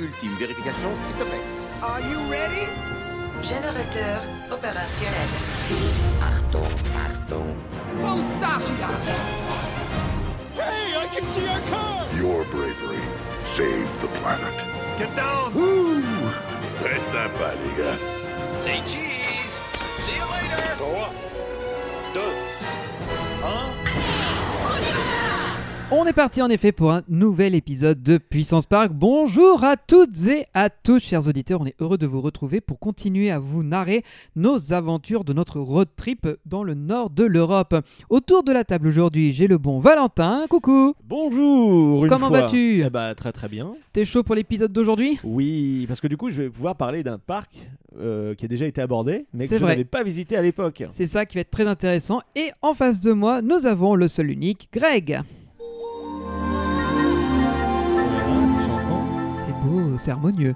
ultime vérification, s'il te plaît. Are you ready? Générateur opérationnel. Achtung. Fantasia! Hey, I can see our car! Your bravery saved the planet. Get down! Woo! Très sympa, les gars. Say cheese! See you later! 3, 2, 1... On est parti en effet pour un nouvel épisode de Puissance Park. Bonjour à toutes et à tous, chers auditeurs. On est heureux de vous retrouver pour continuer à vous narrer nos aventures de notre road trip dans le nord de l'Europe. Autour de la table aujourd'hui, j'ai le bon Valentin. Coucou. Bonjour. Comment vas-tu ? Très très bien. T'es chaud pour l'épisode d'aujourd'hui ? Oui, parce que du coup, je vais pouvoir parler d'un parc qui a déjà été abordé, mais C'est que je vrai. n'avais pas visité à l'époque. C'est ça qui va être très intéressant. Et en face de moi, nous avons le seul unique Greg. Voilà, c'est chantant. C'est beau, c'est harmonieux.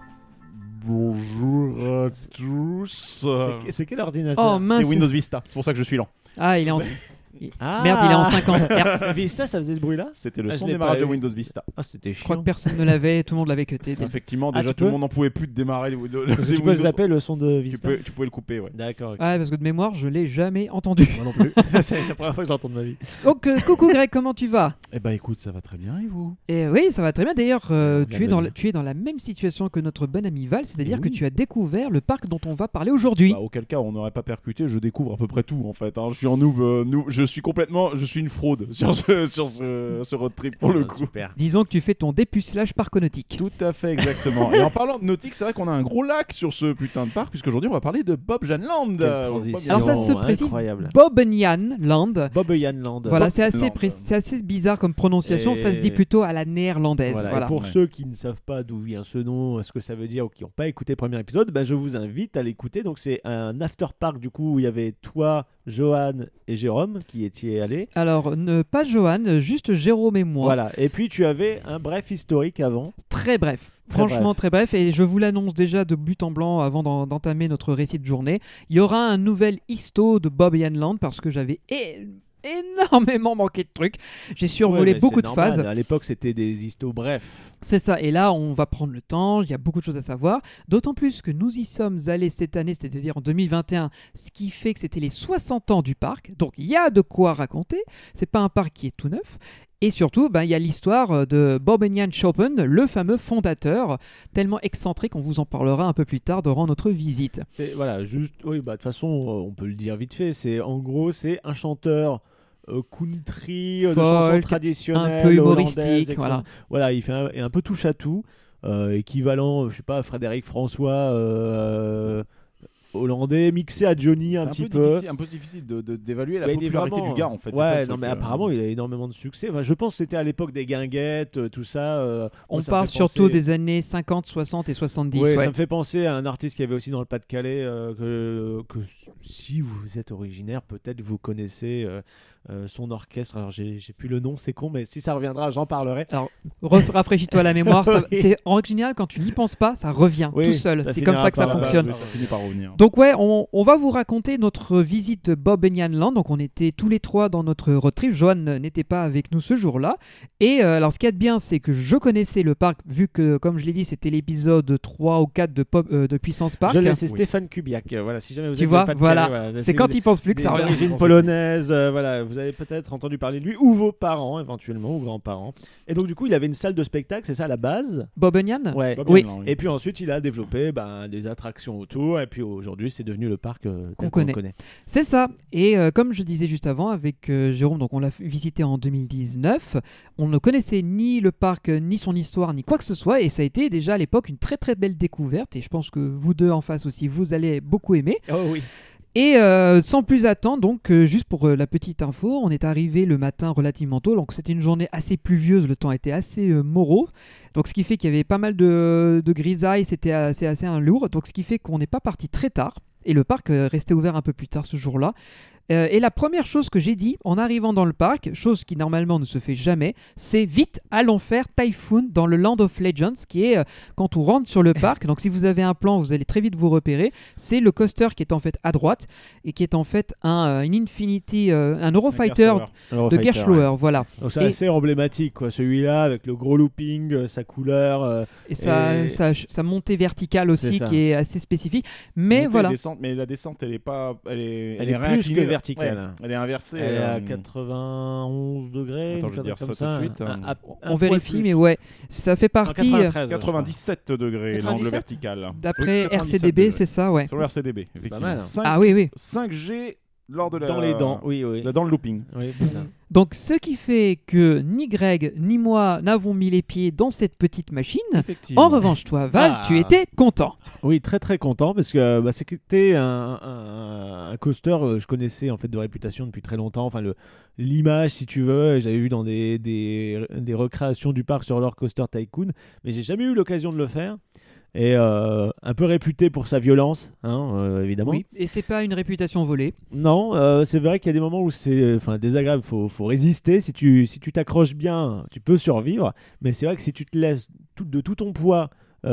Bonjour à tous. C'est quel ordinateur? Oh mince. C'est Windows Vista, c'est pour ça que je suis lent. Ah, il est en... Ah. Merde, il est en 50 Hz. Vista, ça faisait ce bruit-là? C'était le Ah, son je l'ai de démarrage pas de eu. Windows Vista. Ah, c'était Je crois que chiant. personne ne l'avait, tout le monde l'avait cuté. Effectivement, Ah, déjà tu tout le peux monde n'en pouvait plus de démarrer les Windows. Parce que les tu peux le Windows. zapper le son de Tu Vista. pouvais le couper, ouais. D'accord. Ouais, parce que de mémoire, je l'ai jamais entendu. Moi non plus. C'est la première fois que je l'entends de ma vie. Donc, coucou Greg, comment tu vas ? Eh ben écoute, ça va très bien et vous ? Et oui, ça va très bien. D'ailleurs, Bien, tu es vas-y. dans la même situation que notre bon ami Val, c'est-à-dire Eh que oui. tu as découvert le parc dont on va parler aujourd'hui. Bah, auquel cas, on n'aurait pas percuté. Je découvre à peu près tout en fait. Hein. Je suis en noob. Je suis une fraude sur ce road trip pour le Ah, coup. Super. Disons que tu fais ton dépucelage parconautique. Tout à fait, exactement. Et en parlant de nautique, c'est vrai qu'on a un gros lac sur ce putain de parc, puisqu'aujourd'hui on va parler de Bob Janland. Quelle transition. Alors ça se précise, Incroyable. Bobbejaanland Land. Bob Janland. Voilà, c'est assez, Land. c'est assez bizarre comme prononciation, Et- ça se dit plutôt à la néerlandaise. Voilà. Voilà. Et pour Ouais. ceux qui ne savent pas d'où vient ce nom, ce que ça veut dire ou qui n'ont pas écouté le premier épisode, je vous invite à l'écouter. Donc c'est un after park du coup où il y avait toi, Johan et Jérôme qui étiez allés. Alors, pas Johan, juste Jérôme et moi. Voilà. Et puis tu avais un bref historique avant. Très bref. Franchement, très bref. Et je vous l'annonce déjà de but en blanc avant d'entamer notre récit de journée. Il y aura un nouvel histo de Bob Janland parce que j'avais énormément manqué de trucs. J'ai survolé Ouais, mais beaucoup c'est de normal. phases. À l'époque c'était des histos brefs. C'est ça. Et là, on va prendre le temps. Il y a beaucoup de choses à savoir. D'autant plus que nous y sommes allés cette année, c'est-à-dire en 2021, ce qui fait que c'était les 60 ans du parc. Donc, il y a de quoi raconter. C'est pas un parc qui est tout neuf. Et surtout, il y a l'histoire de Bob Jan Schoppen, le fameux fondateur, tellement excentrique, on vous en parlera un peu plus tard durant notre visite. C'est voilà, juste oui, de toute façon, on peut le dire vite fait, c'est en gros, c'est un chanteur country de Folk, chansons traditionnelles, un peu humoristique, hollandaises, etc. voilà. Voilà, il fait un peu touche à tout, équivalent, je sais pas, Frédéric François hollandais mixé à Johnny un petit peu. Un peu difficile d'évaluer la Ouais, il est popularité vraiment- du gars en fait. c'est Ouais, ça, le non, truc, mais apparemment il a énormément de succès. Enfin, je pense que c'était à l'époque des guinguettes, tout ça. On moi, ça me parle fait surtout penser- des années 50, 60 et 70. Ouais, ouais. ça me fait penser à un artiste qui avait aussi dans le Pas-de-Calais que si vous êtes originaire, peut-être vous connaissez son orchestre. Alors j'ai plus le nom, c'est con, mais si ça reviendra, j'en parlerai. Alors, rafraîchis-toi la mémoire. Oui. C'est en règle générale, quand tu n'y penses pas, ça revient Oui, tout seul. ça C'est comme finira ça que ça par- fonctionne. Ouais, ça finit par revenir. Donc ouais, on va vous raconter notre visite de Bob Janland. Donc on était tous les trois dans notre road trip. Johan n'était pas avec nous ce jour-là. Et alors ce qu'il y a de bien, c'est que je connaissais le parc, vu que, comme je l'ai dit, c'était l'épisode 3 ou 4 de Puissance Park. Je laisse Oui. Stéphane Kubiak. Voilà, si jamais vous Tu êtes vois, dans le Pas-de-Calais, voilà. si C'est vous quand êtes il pense plus que des ça revient. origines polonaises, voilà, vous avez peut-être entendu parler de lui ou vos parents éventuellement ou grands-parents. Et donc du coup, il avait une salle de spectacle, c'est ça à la base. Bob Jan Ouais. Bob Oui. Janland, Et puis ensuite, il a développé des attractions autour. Et puis aujourd'hui, c'est devenu le parc tel qu'on le connaît. C'est ça. Et comme je disais juste avant avec Jérôme, donc on l'a visité en 2019. On ne connaissait ni le parc, ni son histoire, ni quoi que ce soit. Et ça a été déjà à l'époque une très très belle découverte. Et je pense que vous deux en face aussi, vous allez beaucoup aimer. Oh oui. Et sans plus attendre, donc juste pour la petite info, on est arrivé le matin relativement tôt. Donc c'était une journée assez pluvieuse, le temps était assez morose. Donc ce qui fait qu'il y avait pas mal de grisailles, c'était assez lourd. Donc ce qui fait qu'on n'est pas parti très tard. Et le parc restait ouvert un peu plus tard ce jour-là. Et la première chose que j'ai dit en arrivant dans le parc, chose qui normalement ne se fait jamais, c'est vite, allons faire Typhoon dans le Land of Legends, qui est quand on rentre sur le parc. Donc si vous avez un plan, vous allez très vite vous repérer. C'est le coaster qui est en fait à droite et qui est en fait un Infinity, un Eurofighter de Gerstlauer. Voilà. Donc c'est assez emblématique, quoi. Celui-là avec le gros looping, sa couleur. Et sa montée verticale aussi qui est assez spécifique. Mais voilà. Descente, mais la descente, elle est pas, elle est plus que verticale. Ouais, elle est inversée. Elle est à 91 degrés. Attends, je vais dire ça tout de suite. On vérifie, mais ouais, ça fait partie. 97 degrés l'angle vertical. D'après RCDB, c'est ça, ouais. Sur le RCDB, effectivement. Ah oui. 5G lors de dans les dents, oui. Dans le looping. Oui, c'est ça. Donc, ce qui fait que ni Greg ni moi n'avons mis les pieds dans cette petite machine. En revanche, toi, Val, tu étais content. Oui, très très content parce que c'était un coaster je connaissais en fait de réputation depuis très longtemps. Enfin, l'image, si tu veux, j'avais vu dans des recréations du parc sur Roller Coaster Tycoon, mais j'ai jamais eu l'occasion de le faire. Et un peu réputé pour sa violence, évidemment. Oui, et c'est pas une réputation volée. Non, c'est vrai qu'il y a des moments où c'est désagréable, faut résister. Si tu t'accroches bien, tu peux survivre. Mais c'est vrai que si tu te laisses de tout ton poids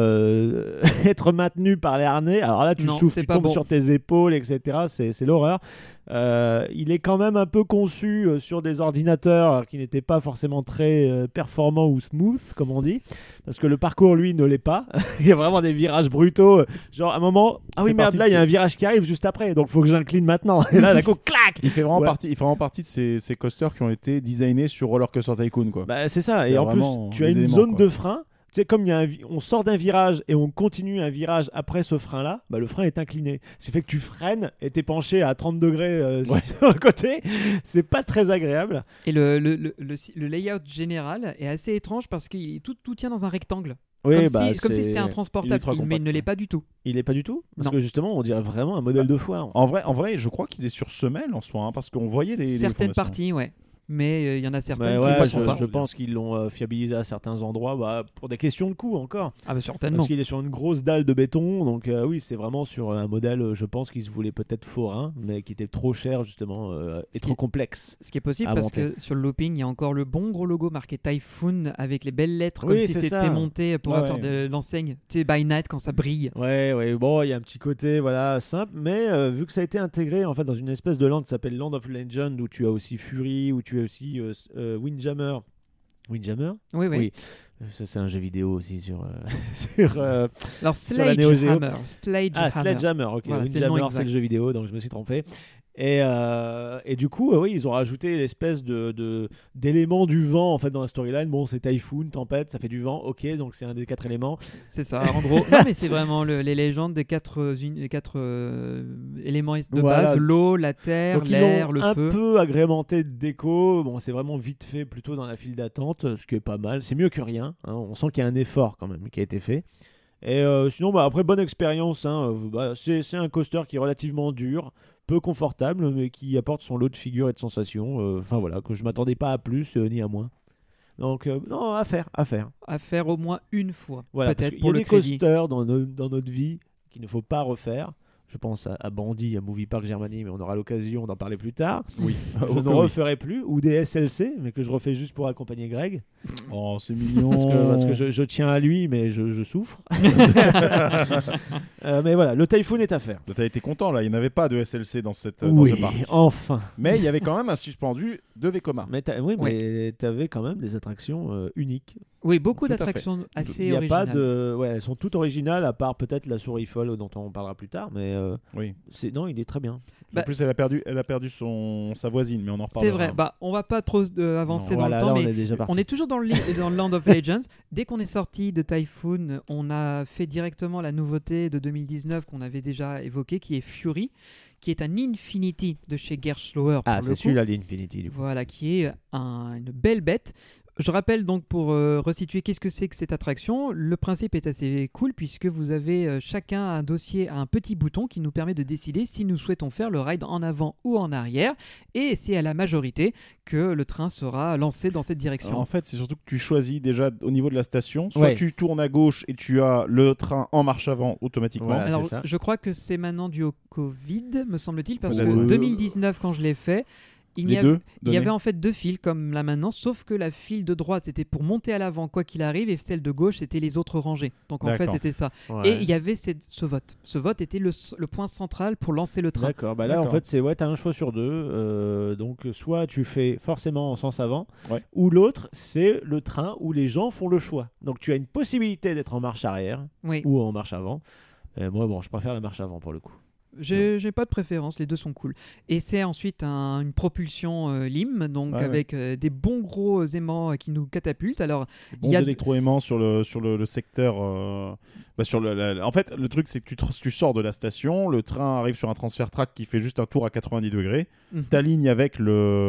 être maintenu par les harnais, alors là tu souffres, tu tombes sur tes épaules, etc. C'est l'horreur. Il est quand même un peu conçu sur des ordinateurs qui n'étaient pas forcément très performants ou smooth, comme on dit, parce que le parcours lui ne l'est pas. Il y a vraiment des virages brutaux, genre à un moment, ah oui merde, là il y a un virage qui arrive juste après, donc faut que j'incline maintenant. Et là coup, clac. Il fait vraiment partie de ces coasters qui ont été designés sur Roller Coaster Tycoon, quoi. Bah c'est ça. Et en plus tu as une zone de frein. Tu sais, comme on sort d'un virage et on continue un virage après ce frein-là, le frein est incliné. Ce qui fait que tu freines et t'es penché à 30 degrés sur le côté. C'est pas très agréable. Et le layout général est assez étrange parce que tout tient dans un rectangle. Oui, comme si c'était un transportable, mais il ne l'est pas du tout. Il n'est pas du tout parce que justement, on dirait vraiment un modèle de foire. En vrai, je crois qu'il est sur semelle en soi, parce qu'on voyait les certaines parties, ouais. Mais il y en a certains je pense qu'ils l'ont fiabilisé à certains endroits pour des questions de coût encore. Ah bah certainement. Parce qu'il est sur une grosse dalle de béton, donc oui, c'est vraiment sur un modèle, je pense, qui se voulait peut-être forain, mais qui était trop cher justement et trop complexe. Ce qui est possible parce que sur le looping, il y a encore le bon gros logo marqué Typhoon avec les belles lettres, comme si c'était monté pour faire de l'enseigne. Tu sais, by night quand ça brille. Ouais, bon, il y a un petit côté simple, mais vu que ça a été intégré en fait dans une espèce de land qui s'appelle Land of Legend, où tu as aussi Fury, où tu as aussi Windjammer. Windjammer ? Oui. Ça, c'est un jeu vidéo aussi sur alors Sledgehammer. Sledgehammer, ok. Voilà, Windjammer, c'est le jeu vidéo, donc je me suis trompé. Et du coup, ils ont rajouté l'espèce d'éléments du vent en fait dans la storyline. Bon, c'est Typhoon, tempête, ça fait du vent, ok, donc c'est un des 4 éléments. C'est ça, en gros. Non, mais c'est vraiment les légendes des 4 éléments de base, l'eau, la terre, l'air, le feu. Un peu agrémenté de déco. Bon, c'est vraiment vite fait, plutôt dans la file d'attente, ce qui est pas mal. C'est mieux que rien. On sent qu'il y a un effort quand même qui a été fait. Et sinon, après, bonne expérience. C'est un coaster qui est relativement dur, peu confortable, mais qui apporte son lot de figures et de sensations. Que je m'attendais pas à plus ni à moins. Donc, non, à faire. À faire au moins une fois. Voilà, peut-être pour le crédit. Il y a des coasters dans notre vie qu'il ne faut pas refaire. Je pense à Bandit, à Movie Park Germany, mais on aura l'occasion d'en parler plus tard. Oui. Je ne referai plus. Ou des SLC, mais que je refais juste pour accompagner Greg. Oh, c'est mignon. Parce que je tiens à lui, mais je souffre. Mais voilà, le Typhoon est à faire. T'as été content, là. Il n'y en avait pas de SLC dans ce parc. Enfin. Mais il y avait quand même un suspendu de Vekoma. Mais t'avais quand même des attractions uniques. Oui, beaucoup d'attractions assez originales. Elles sont toutes originales, à part peut-être la souris folle dont on parlera plus tard. Mais non, il est très bien. En plus, elle a perdu sa voisine, mais on en reparlera. C'est vrai. On va pas trop avancer dans le temps, mais on est toujours dans le Land of Legends. Dès qu'on est sorti de Typhoon, on a fait directement la nouveauté de 2019 qu'on avait déjà évoquée, qui est Fury, qui est un Infinity de chez Gerstlauer. Ah, c'est celui-là, l'Infinity. Voilà, qui est une belle bête. Je rappelle donc pour resituer qu'est-ce que c'est que cette attraction. Le principe est assez cool puisque vous avez chacun un dossier à un petit bouton qui nous permet de décider si nous souhaitons faire le ride en avant ou en arrière. Et c'est à la majorité que le train sera lancé dans cette direction. Alors, en fait, c'est surtout que tu choisis déjà au niveau de la station. Soit Ouais. tu tournes à gauche et tu as le train en marche avant automatiquement. Voilà. Alors, c'est ça. je crois que c'est maintenant dû au Covid, me semble-t-il, parce Peut-être. que 2019, quand je l'ai fait, il y avait en fait deux files comme là maintenant, sauf que la file de droite c'était pour monter à l'avant quoi qu'il arrive et celle de gauche c'était les autres rangées. Donc en fait D'accord. c'était ça. Ouais. Et il y avait ce vote. Ce vote était le point central pour lancer le train. D'accord, bah là en D'accord. fait c'est t'as un choix sur deux, donc soit tu fais forcément en sens avant, Ouais. ou l'autre c'est le train où les gens font le choix. Donc tu as une possibilité d'être en marche arrière Oui. ou en marche avant. Moi bon, je préfère la marche avant pour le coup. J'ai pas de préférence, les deux sont cool. Et c'est ensuite une propulsion LIM, donc Ouais, avec des bons gros aimants qui nous catapultent. Alors, Bons il y a électroaimants sur le secteur. En fait, le truc, c'est que tu sors de la station, le train arrive sur un transfert track qui fait juste un tour à 90 degrés. T'alignes avec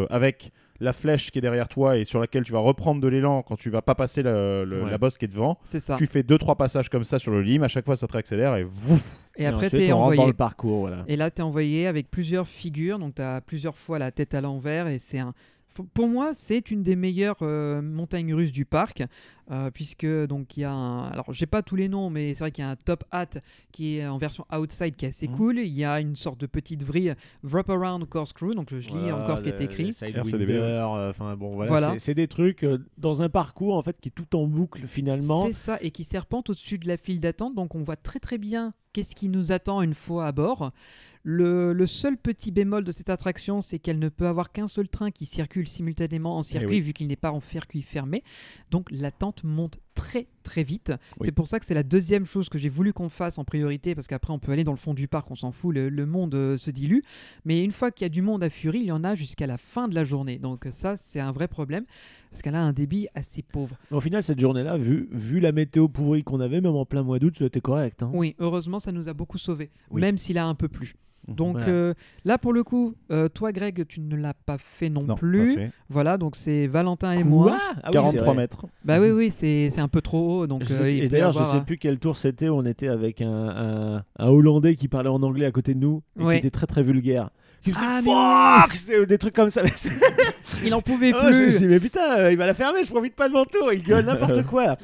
la flèche qui est derrière toi et sur laquelle tu vas reprendre de l'élan quand tu vas pas passer la bosse qui est devant. c'est ça. Tu fais 2-3 passages comme ça sur le lim, à chaque fois ça te réaccélère et vouf. Et après, ensuite, t'es on rentre envoyé. dans le parcours, voilà. Et là, tu es envoyé avec plusieurs figures, donc tu as plusieurs fois la tête à l'envers. Et c'est pour moi, c'est une des meilleures montagnes russes du parc, puisque donc il y a alors j'ai pas tous les noms, mais c'est vrai qu'il y a un top hat qui est en version outside qui est assez cool. Il y a une sorte de petite vrille wraparound corkscrew, donc je lis encore ce qui est écrit. RCDB, Enfin bon, voilà, Voilà. c'est des trucs dans un parcours en fait qui est tout en boucle finalement. C'est ça, et qui serpente au-dessus de la file d'attente, donc on voit très très bien qu'est-ce qui nous attend une fois à bord. Le seul petit bémol de cette attraction, c'est qu'elle ne peut avoir qu'un seul train qui circule simultanément en circuit, oui. vu qu'il n'est pas en circuit fermé. Donc l'attente monte très très vite. Oui. C'est pour ça que c'est la deuxième chose que j'ai voulu qu'on fasse en priorité, parce qu'après on peut aller dans le fond du parc, on s'en fout, le monde se dilue. Mais une fois qu'il y a du monde à Fury, il y en a jusqu'à la fin de la journée. Donc ça, c'est un vrai problème, parce qu'elle a un débit assez pauvre. Mais au final, cette journée-là, vu la météo pourrie qu'on avait, même en plein mois d'août, c'était correct. Hein. Oui, heureusement, ça nous a beaucoup sauvés, Oui. même s'il a un peu plu. Donc Voilà. là, pour le coup, toi, Greg, tu ne l'as pas fait non, Non, plus. pas fait. Voilà, donc c'est Valentin et moi. Quoi Ah oui, c'est 43 vrai. mètres. Bah oui, c'est un peu trop haut. Donc, il Et peut d'ailleurs, y avoir, je sais plus quel tour c'était. On était avec un Hollandais qui parlait en anglais à côté de nous et Ouais. qui était très très vulgaire. Qui faisait Ah, fuck C'est des trucs comme ça. il en pouvait Ah, je me plus. suis dit, mais putain, il va la fermer, je profite pas de mon tour. Il gueule n'importe quoi. Là.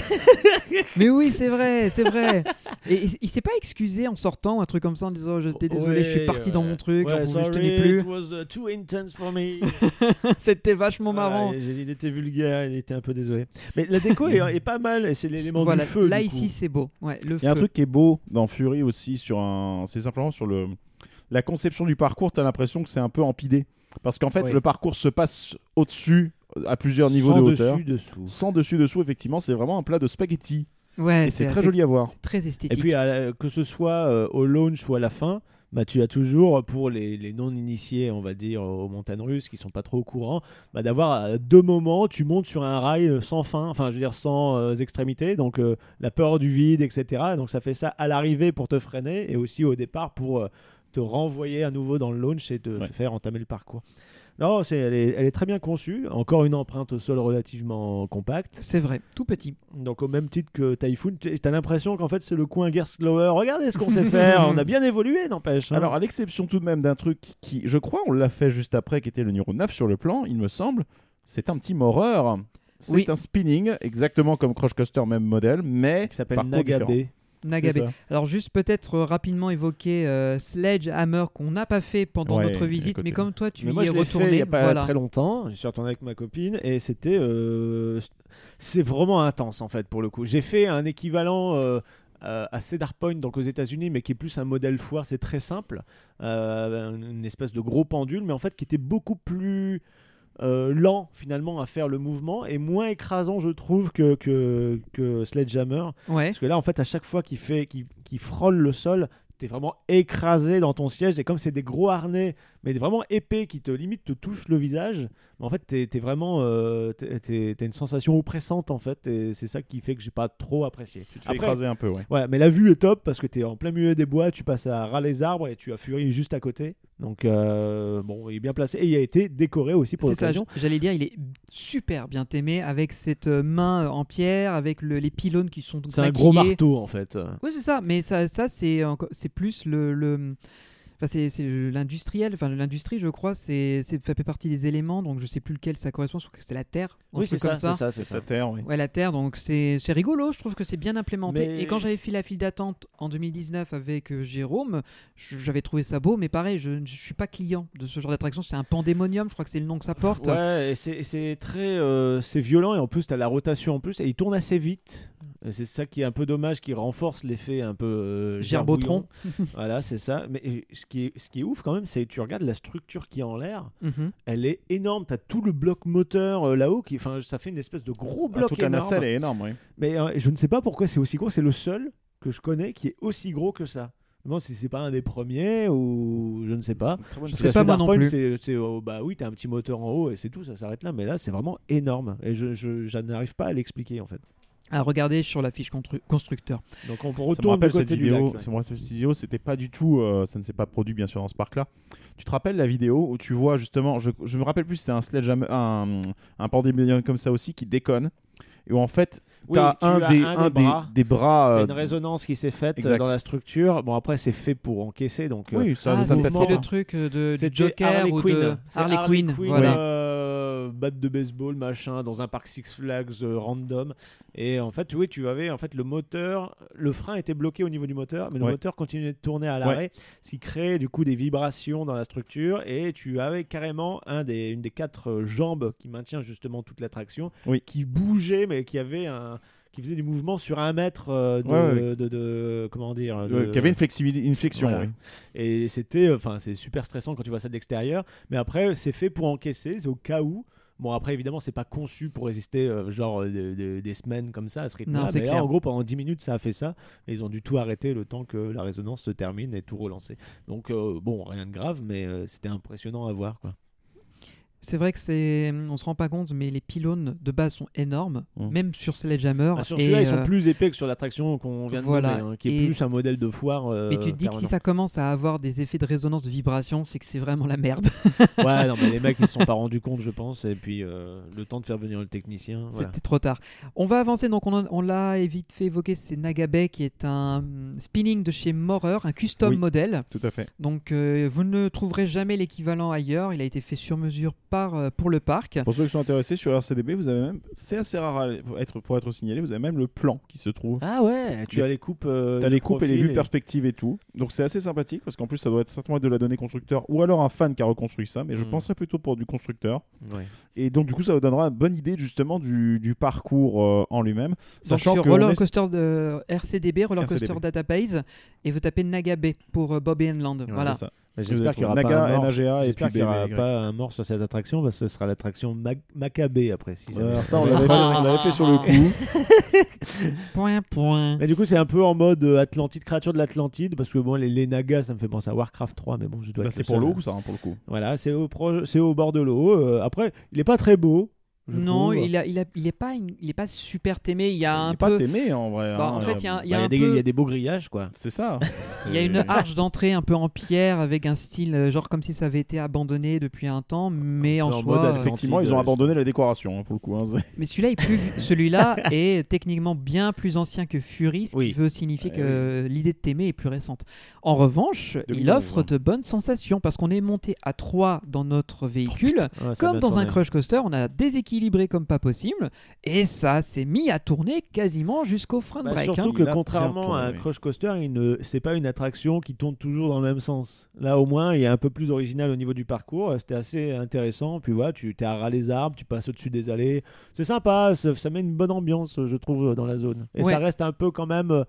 Mais oui, c'est vrai. Et il s'est pas excusé en sortant, un truc comme ça, en disant j'étais désolé, je suis parti dans mon truc, Ouais, je tenais sorry, plus. it was too intense for me. C'était vachement Voilà, marrant. il était vulgaire, il était un peu désolé. Mais la déco est pas mal et c'est l'élément Voilà, du feu. là du ici coup. c'est beau. Ouais, le Il y a un feu. truc qui est beau dans Fury aussi, c'est simplement sur la conception du parcours, tu as l'impression que c'est un peu empilé. Parce qu'en fait, Oui. le parcours se passe au-dessus, à plusieurs niveaux Sans de hauteur. dessous. Sans dessus-dessous, effectivement, c'est vraiment un plat de spaghetti. Ouais, Et c'est très assez- joli à voir. C'est très Et esthétique. puis, que ce soit au launch ou à la fin, bah, tu as toujours, pour les non-initiés, on va dire, aux montagnes russes, qui sont pas trop au courant, bah, d'avoir à deux moments, tu montes sur un rail sans fin, enfin, je veux dire, sans extrémité, donc la peur du vide, etc. Donc, ça fait ça à l'arrivée pour te freiner et aussi au départ pour te renvoyer à nouveau dans le launch et te faire entamer le parcours. Non, elle est très bien conçue. Encore une empreinte au sol relativement compacte. C'est vrai, tout petit. Donc au même titre que Typhoon, tu as l'impression qu'en fait c'est le coin Gerstlauer. Regardez ce qu'on sait faire. On a bien évolué, n'empêche. Hein. Alors, à l'exception tout de même d'un truc qui, je crois, on l'a fait juste après, qui était le numéro 9 sur le plan, il me semble, c'est un petit moreur. C'est Oui. un spinning, exactement comme Crush Coaster, même modèle, mais qui s'appelle parcours Nagabe. différent. Nagabe. C'est ça. Alors juste peut-être rapidement évoquer Sledgehammer qu'on n'a pas fait pendant Ouais, notre à visite, côté. mais comme toi tu Mais y moi es je l'ai fait il retourné, n'y a pas voilà. très longtemps. Je suis retourné avec ma copine et c'était c'est vraiment intense en fait pour le coup. J'ai fait un équivalent à Cedar Point, donc aux États-Unis, mais qui est plus un modèle foire. C'est très simple, une espèce de gros pendule, mais en fait qui était beaucoup plus lent finalement à faire le mouvement et moins écrasant, je trouve, que Sledgehammer. Ouais. Parce que là, en fait, à chaque fois qu'il frôle le sol, t'es vraiment écrasé dans ton siège. Et comme c'est des gros harnais, mais vraiment épais qui te limite te touche le visage. Mais en fait, t'es vraiment, t'as une sensation oppressante en fait, et c'est ça qui fait que j'ai pas trop apprécié. Tu te fais écraser un peu, ouais. Ouais, mais la vue est top parce que t'es en plein milieu des bois, tu passes à ras les arbres et tu as Fury juste à côté. Donc bon, il est bien placé et il a été décoré aussi pour l'occasion. J'allais dire, il est super bien aimé avec cette main en pierre, avec les pylônes qui sont c'est un gros marteau en fait. Oui, c'est ça, mais ça c'est plus Enfin, c'est l'industriel, enfin l'industrie, je crois, ça fait partie des éléments, donc je sais plus lequel ça correspond. Je crois que c'est la terre. Oui, c'est ça. La terre, oui. Ouais, la terre. Donc c'est rigolo. Je trouve que c'est bien implémenté. Mais... Et quand j'avais fait la file d'attente en 2019 avec Jérôme, j'avais trouvé ça beau, mais pareil, je suis pas client de ce genre d'attraction. C'est un pandémonium, je crois que c'est le nom que ça porte. Ouais, et c'est très, c'est violent et en plus t'as la rotation en plus et il tourne assez vite. C'est ça qui est un peu dommage, qui renforce l'effet un peu Gerbotron. Voilà, c'est ça. Mais ce qui est ouf quand même, c'est que tu regardes la structure qui est en l'air, elle est énorme. T'as tout le bloc moteur là-haut, ça fait une espèce de gros bloc toute énorme. la nacelle est énorme, oui. Mais je ne sais pas pourquoi c'est aussi gros. C'est le seul que je connais qui est aussi gros que ça. Bon, si c'est pas un des premiers ou je ne sais pas. Je sais pas moi non plus. Bah oui, t'as un petit moteur en haut et c'est tout, ça s'arrête là. Mais là, c'est vraiment énorme et je n'arrive pas à l'expliquer en fait. À regarder sur la fiche constructeur. Donc on Ça me retourne rappelle du cette côté du vidéo. lac. Ça me rappelle cette vidéo. C'était pas du tout. Ça ne s'est pas produit bien sûr dans ce parc-là. Tu te rappelles la vidéo où tu vois justement. Je me rappelle plus. Si c'est un sledgehammer, un pandémonium comme ça aussi qui déconne. Et où en fait, Oui, t'as tu as des bras. T'as une résonance qui s'est faite exact. dans la structure. Bon, après, c'est fait pour encaisser. Donc, oui, ça c'est mouvement. le truc du c'était Joker Harley ou Quinn. de C'est Harley Quinn. Voilà. Batte de baseball, machin, dans un parc Six Flags random. Et en fait, oui, tu avais en fait le moteur, le frein était bloqué au niveau du moteur, mais le moteur continuait de tourner à l'arrêt, ce qui créait du coup des vibrations dans la structure. Et tu avais carrément une des 4 jambes qui maintient justement toute la traction, qui bougeait, mais qui avait qui faisait du mouvement sur 1 mètre de comment dire, qui avait une flexion. Voilà. Oui. Et c'est super stressant quand tu vois ça de l'extérieur, mais après c'est fait pour encaisser, c'est au cas où. Bon, après évidemment c'est pas conçu pour résister des semaines comme ça à ce rythme-là, mais là en gros pendant 10 minutes ça a fait ça et ils ont dû tout arrêter le temps que la résonance se termine et tout relancer. Donc bon, rien de grave, mais c'était impressionnant à voir quoi. C'est vrai que on se rend pas compte, mais les pylônes de base sont énormes, même sur Sledgehammer. Sur celui-là, ils sont plus épais que sur l'attraction qu'on vient de nommer, qui est plus un modèle de foire. Mais tu te dis que si ça commence à avoir des effets de résonance, de vibration, c'est que c'est vraiment la merde. Ouais, non, mais les mecs, ils se sont pas rendus compte, je pense, et puis le temps de faire venir le technicien. C'était trop tard. On va avancer, donc on l'a vite fait évoquer, c'est Nagabe qui est un spinning de chez Maurer, un custom modèle. Tout à fait. Donc vous ne trouverez jamais l'équivalent ailleurs, il a été fait sur mesure pour le parc. Pour ceux qui sont intéressés sur RCDB, vous avez même, c'est assez rare pour être signalé, vous avez même le plan qui se trouve. Ah ouais, tu as les coupes. T'as les coupes et les vues perspectives et tout. Donc c'est assez sympathique parce qu'en plus ça doit certainement être de la donnée constructeur ou alors un fan qui a reconstruit ça, mais je penserais plutôt pour du constructeur. Ouais. Et donc du coup ça vous donnera une bonne idée justement du parcours en lui-même. Sachant sur Roller Coaster de RCDB, Roller Coaster Database, et vous tapez Nagabe pour Bobby and Land. Voilà. Ça. J'espère qu'il n'y aura pas un mort sur cette attraction parce que ce sera l'attraction Maccabée après. Si jamais. Ça, on l'avait fait sur le coup. Point. Mais du coup, c'est un peu en mode Atlantide, créature de l'Atlantide, parce que bon, les Nagas, ça me fait penser à Warcraft 3, mais bon, je dois. C'est pour l'eau, ça, pour le coup. Voilà, c'est au bord de l'eau. Après, il n'est pas très beau. Non, il est pas super témé. Il est pas témé en vrai. En fait, il y a des beaux grillages, quoi. C'est ça. Il y a une arche d'entrée un peu en pierre avec un style genre comme si ça avait été abandonné depuis un temps, mais en soi. Effectivement, ils ont abandonné la décoration pour le coup. Mais celui-là est techniquement bien plus ancien que Fury, ce qui veut signifier que l'idée de témé est plus récente. En revanche, il offre de bonnes sensations parce qu'on est monté à 3 dans notre véhicule, comme dans un crush coaster, on a déséquilibré comme pas possible et ça s'est mis à tourner quasiment jusqu'au front break. Surtout que contrairement à un crush coaster, c'est pas une attraction qui tourne toujours dans le même sens. Là au moins il est un peu plus original au niveau du parcours, c'était assez intéressant. Puis voilà, tu t'es à ras les arbres, tu passes au-dessus des allées, c'est sympa, ça met une bonne ambiance je trouve dans la zone. Et ça reste un peu quand même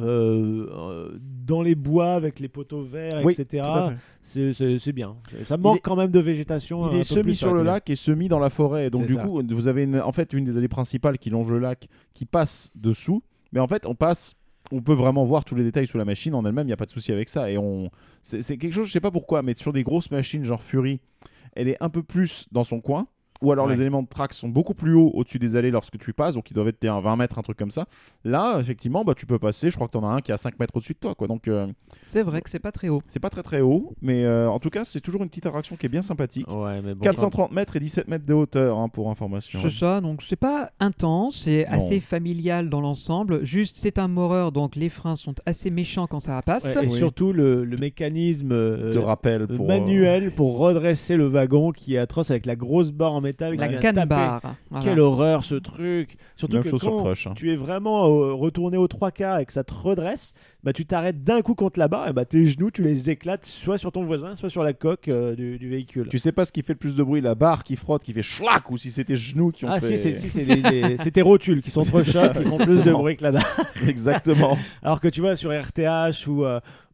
dans les bois avec les poteaux verts, etc. C'est bien. Ça manque quand même de végétation. Il est semi sur le lac et semi dans la forêt. Donc du coup, vous avez une des allées principales qui longe le lac, qui passe dessous. Mais en fait, on passe on peut vraiment voir tous les détails sous la machine en elle-même, il n'y a pas de souci avec ça. Et c'est quelque chose, je sais pas pourquoi, mais sur des grosses machines genre Fury, elle est un peu plus dans son coin. Ou alors les éléments de track sont beaucoup plus hauts au-dessus des allées lorsque tu passes, donc ils doivent être à 20 mètres, un truc comme ça. Là, effectivement, tu peux passer, je crois que tu en as un qui est à 5 mètres au-dessus de toi. Quoi. Donc, c'est vrai que c'est pas très haut. C'est pas très très haut, mais en tout cas, c'est toujours une petite attraction qui est bien sympathique. Ouais, mais bon, 430 mètres et 17 mètres de hauteur, hein, pour information. C'est ça, donc c'est pas intense, c'est assez familial dans l'ensemble. Juste, c'est un moreur, donc les freins sont assez méchants quand ça passe. Ouais, et surtout le mécanisme te rappelle pour, manuel pour redresser le wagon qui est atroce avec la grosse barre en métal. La canne barre. Voilà. Quelle horreur ce truc. Surtout même que chose sur quand Crush, hein. tu es vraiment retourné aux 3/4 et que ça te redresse, tu t'arrêtes d'un coup contre la barre et tes genoux tu les éclates soit sur ton voisin, soit sur la coque du véhicule. Tu sais pas ce qui fait le plus de bruit, la barre qui frotte, qui fait schlac, ou si c'est tes genoux qui ont fait... Ah si, c'est tes rotules qui sont trop chocs, qui font plus de bruit que la barre. Exactement. Alors que tu vois sur RTH ou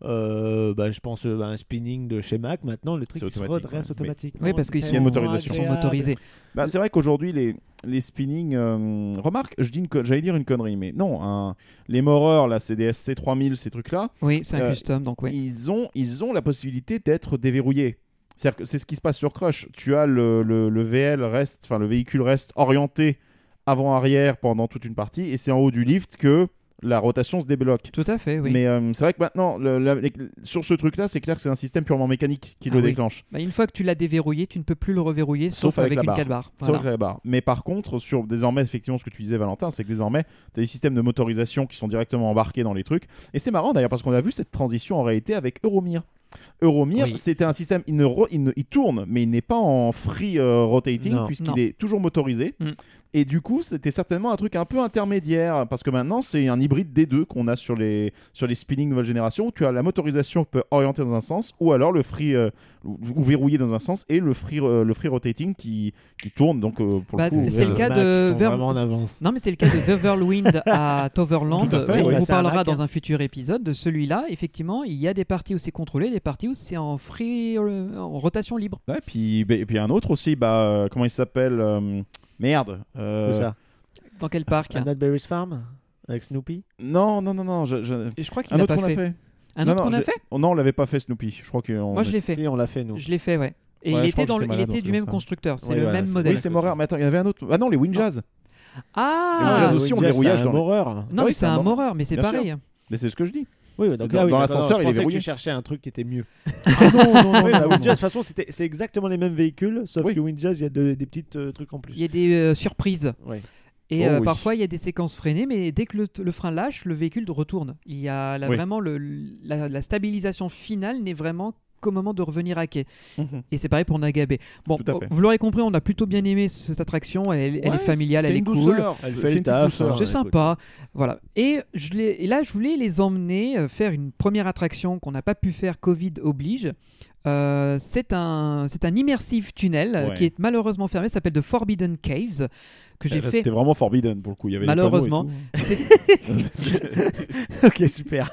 je pense un spinning de chez Mac, maintenant le truc c'est se automatique, redresse ouais. automatiquement. Oui, parce qu'ils Il y a une motorisation. sont motorisés. C'est vrai qu'aujourd'hui, les spinning... remarque, j'allais dire une connerie, mais non. Les moreurs, là, c'est des SC3000, ces trucs-là. Oui, c'est un custom, donc oui. Ils ont la possibilité d'être déverrouillés. C'est-à-dire que c'est ce qui se passe sur Crush. Tu as le VL reste, enfin le véhicule reste orienté avant-arrière pendant toute une partie, et c'est en haut du lift que la rotation se débloque. Tout à fait, oui. Mais c'est vrai que maintenant, sur ce truc-là, c'est clair que c'est un système purement mécanique qui le déclenche. Une fois que tu l'as déverrouillé, tu ne peux plus le reverrouiller, sauf avec une 4 barres. Sauf avec la barre. Mais par contre, désormais, effectivement, ce que tu disais, Valentin, c'est que désormais, tu as des systèmes de motorisation qui sont directement embarqués dans les trucs. Et c'est marrant d'ailleurs, parce qu'on a vu cette transition en réalité avec Euromir. Euromir, c'était un système, il tourne, mais il n'est pas en free rotating, puisqu'il est toujours motorisé. Et du coup, c'était certainement un truc un peu intermédiaire, parce que maintenant, c'est un hybride des deux qu'on a sur les spinning nouvelle génération, où tu as la motorisation qui peut orienter dans un sens, ou alors le free, ou verrouiller dans un sens, et le free rotating qui tourne. Donc, pour le coup, c'est le cas de vraiment en avance. Non, mais c'est le cas de Weatherwind à Toverland. Tout à fait, on vous parlera dans un futur épisode de celui-là. Effectivement, il y a des parties où c'est contrôlé, des parties où c'est en free, en rotation libre. Ouais, et puis un autre aussi, comment il s'appelle merde. Où ça Dans quel parc? À Nutberry's Farm avec Snoopy? Non. Et je crois qu'il Un l'a autre pas qu'on a fait. fait. Un autre qu'on a fait? Non, on l'avait pas fait, Snoopy. Je crois que moi je l'ai fait. Si, on l'a fait nous. Je l'ai fait, ouais. Et Ouais, il je crois était, que j'étais malade, il était du même ça. constructeur. C'est Oui, le voilà, même c'est- modèle. Oui, c'est Morer. Mais attends, il y avait un autre. Ah non, les Winjazz. Ah Winjazz aussi, on dérouillage dans le- horreur. Non, Oui, mais c'est un moreur, mais c'est Bien pareil. Mais c'est ce que je dis. Oui, C'est donc dans- là, oui, dans d'accord, l'ascenseur, je il est pensais que verrouillé. tu cherchais un truc qui était mieux. non. Oui, la Winjazz, de toute façon, c'est exactement les mêmes véhicules, sauf Oui. que Winjazz, il y a des petits trucs en plus. Il y a des surprises. Oui. Et Oh oui. parfois, il y a des séquences freinées, mais dès que le frein lâche, le véhicule retourne. Il y a Oui. vraiment la stabilisation finale n'est vraiment qu'au moment de revenir à quai. Et c'est pareil pour Nagabé. Bon, Tout à fait. vous l'aurez compris, on a plutôt bien aimé cette attraction. Elle est familiale, elle est cool. Elle fait C'est le une petite taf, douceur. hein. C'est écoute. sympa, voilà. Et là, je voulais les emmener faire une première attraction qu'on n'a pas pu faire, Covid oblige. C'est un immersive tunnel Ouais. qui est malheureusement fermé, ça s'appelle The Forbidden Caves, que j'ai fait. C'était vraiment forbidden pour le coup. Il y avait les Malheureusement. panneaux et tout. Ok, super.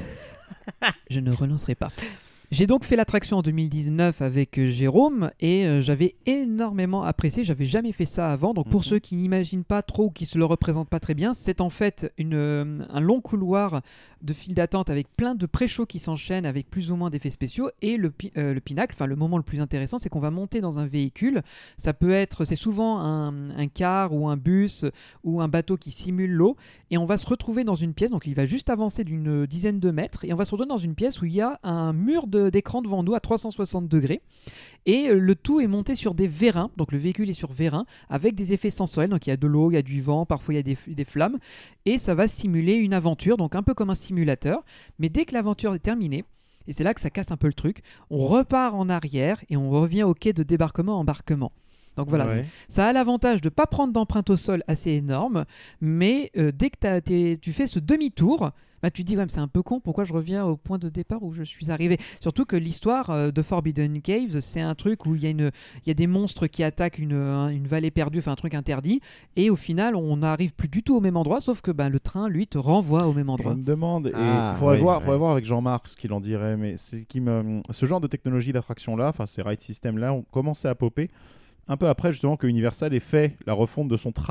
Je ne relancerai pas. J'ai donc fait l'attraction en 2019 avec Jérôme et j'avais énormément apprécié. J'avais jamais fait ça avant. Donc pour ceux qui n'imaginent pas trop ou qui se le représentent pas très bien, c'est en fait un long couloir de file d'attente avec plein de pré-shows qui s'enchaînent avec plus ou moins d'effets spéciaux. Et le pinacle, enfin le moment le plus intéressant, c'est qu'on va monter dans un véhicule. C'est souvent un car ou un bus ou un bateau qui simule l'eau. Et on va se retrouver dans une pièce. Donc il va juste avancer d'une dizaine de mètres. Et on va se retrouver dans une pièce où il y a un mur d'écran devant nous à 360 degrés. Et le tout est monté sur des vérins. Donc le véhicule est sur vérin avec des effets sensoriels. Donc il y a de l'eau, il y a du vent, parfois il y a des flammes. Et ça va simuler une aventure. Donc un peu comme un simulateur. Mais dès que l'aventure est terminée, et c'est là que ça casse un peu le truc, on repart en arrière et on revient au quai de débarquement-embarquement. Donc voilà, Ouais. ça a l'avantage de ne pas prendre d'empreinte au sol assez énorme, mais dès que tu fais ce demi-tour, tu te dis, ouais, mais c'est un peu con, pourquoi je reviens au point de départ où je suis arrivé? Surtout que l'histoire de Forbidden Caves, c'est un truc où il y a des monstres qui attaquent une vallée perdue, enfin un truc interdit, et au final, on n'arrive plus du tout au même endroit, sauf que le train, lui, te renvoie au même Je endroit. me demande, et Ah, faudrait oui, voir ouais. avec Jean-Marc ce qu'il en dirait, mais ce genre de technologie d'attraction-là, enfin ces ride systems-là, ont commencé à popper un peu après justement que Universal ait fait la refonte de son tram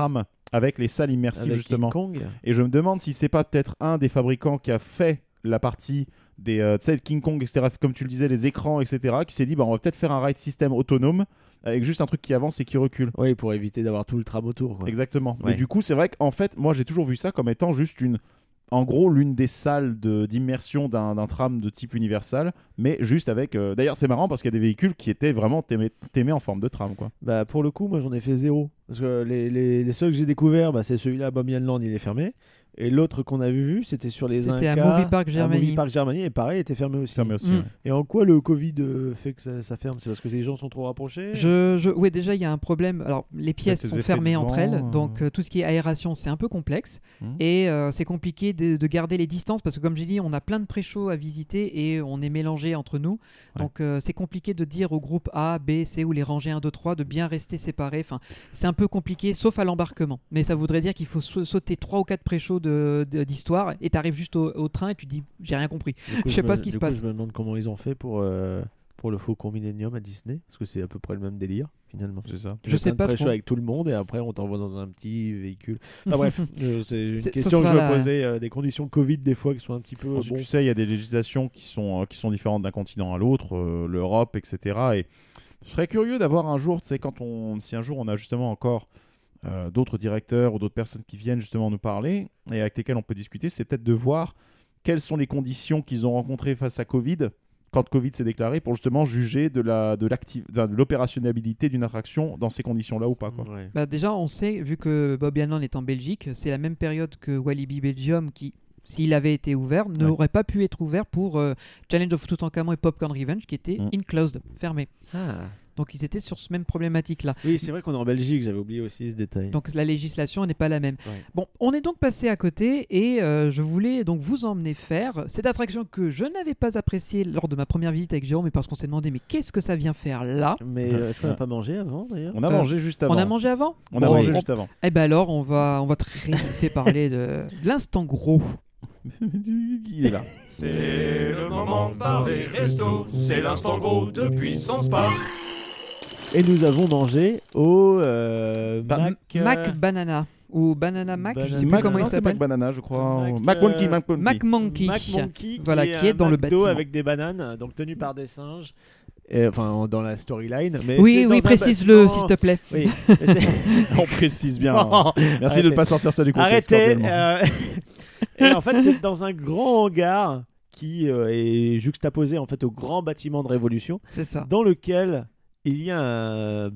avec les salles immersives Avec justement. King Kong. Et je me demande si c'est pas peut-être un des fabricants qui a fait la partie des tu sais, King Kong, etc., comme tu le disais, les écrans, etc., qui s'est dit on va peut-être faire un ride system autonome avec juste un truc qui avance et qui recule. Oui, pour éviter d'avoir tout le tram autour. Quoi. Exactement. Ouais. Mais du coup, c'est vrai qu'en fait, moi j'ai toujours vu ça comme étant juste en gros, l'une des salles d'immersion d'un tram de type Universal, mais juste avec... D'ailleurs, c'est marrant parce qu'il y a des véhicules qui étaient vraiment témés en forme de tram, quoi. Bah, pour le coup, moi j'en ai fait 0. Parce que les seuls que j'ai découverts, c'est celui-là, Bohemian Land, il est fermé. Et l'autre qu'on avait vu, c'était sur les Incas. C'était à Movie Park Germany. Movie Park Germany, et pareil, était fermé aussi. Fermé aussi, ouais. Et en quoi le Covid fait que ça ferme? C'est parce que les gens sont trop rapprochés? Oui, déjà, il y a un problème. Alors, les pièces Peut-être sont les effets fermées du entre vent, elles, donc tout ce qui est aération, c'est un peu complexe. Et c'est compliqué de garder les distances parce que, comme j'ai dit, on a plein de pré-shows à visiter et on est mélangés entre nous. Ouais. Donc, c'est compliqué de dire au groupe A, B, C ou les rangées 1, 2, 3 de bien rester séparés. Enfin, c'est un peu compliqué, sauf à l'embarquement. Mais ça voudrait dire qu'il faut sauter 3 ou 4 pré-shows d'histoire et t'arrives juste au train et tu te dis j'ai rien compris. Je sais pas ce qui se passe. Je me demande comment ils ont fait pour le Faucon Millennium à Disney, parce que c'est à peu près le même délire finalement. C'est ça. Tu Je fais sais plein de pas pré-shows trop. avec tout le monde et après on t'envoie dans un petit véhicule. Bref, c'est une Ce question que je sera me la- posais, des conditions Covid des fois qui sont un petit peu... Ensuite, tu sais, il y a des législations qui sont différentes d'un continent à l'autre, l'Europe, etc. Et je serais curieux d'avoir un jour, tu sais, si un jour on a justement encore d'autres directeurs ou d'autres personnes qui viennent justement nous parler et avec lesquels on peut discuter, c'est peut-être de voir quelles sont les conditions qu'ils ont rencontrées face à Covid, quand Covid s'est déclaré, pour justement juger de l'opérationnalité d'une attraction dans ces conditions-là ou pas, quoi. Ouais. Bah, déjà, on sait, vu que Bob Land est en Belgique, c'est la même période que Walibi Belgium qui, s'il avait été ouvert, n'aurait pas pu être ouvert pour Challenge of Tutankhamon et Popcorn Revenge qui étaient enclosed, fermés. Ah. Donc ils étaient sur ce même problématique-là. Oui, c'est vrai qu'on est en Belgique, j'avais oublié aussi ce détail. Donc la législation n'est pas la même. Ouais. Bon, on est donc passé à côté et je voulais donc vous emmener faire cette attraction que je n'avais pas appréciée lors de ma première visite avec Jérôme, mais parce qu'on s'est demandé mais qu'est-ce que ça vient faire là? Mais est-ce qu'on n'a pas mangé avant d'ailleurs? On a mangé juste avant. On a mangé avant? On a Bon, mangé on- juste avant. Eh ben alors on va très vite fait parler de l'instant gros. Il est là. C'est le moment de parler resto, c'est l'instant gros de Puissance Park. Et nous avons mangé au Mac Banana ou Banana Mac, je sais plus Banana- comment il c'est s'appelle. Mac Banana, je crois. Mac, Mac Monkey. Mac Monkey. Monkey, Voilà, qui est un dans le McDo bâtiment. avec des bananes, donc tenu par des singes. Enfin, dans la storyline. Mais Oui, c'est dans oui, un précise-le bâtiment- s'il te plaît. Oui. Mais c'est- On précise bien. Non, Merci de arrêtez. ne pas sortir ça du contexte. Arrêtez. cordialement. Et en fait, c'est dans un grand hangar qui est juxtaposé en fait au grand bâtiment de Révolution, C'est ça. dans lequel il y a un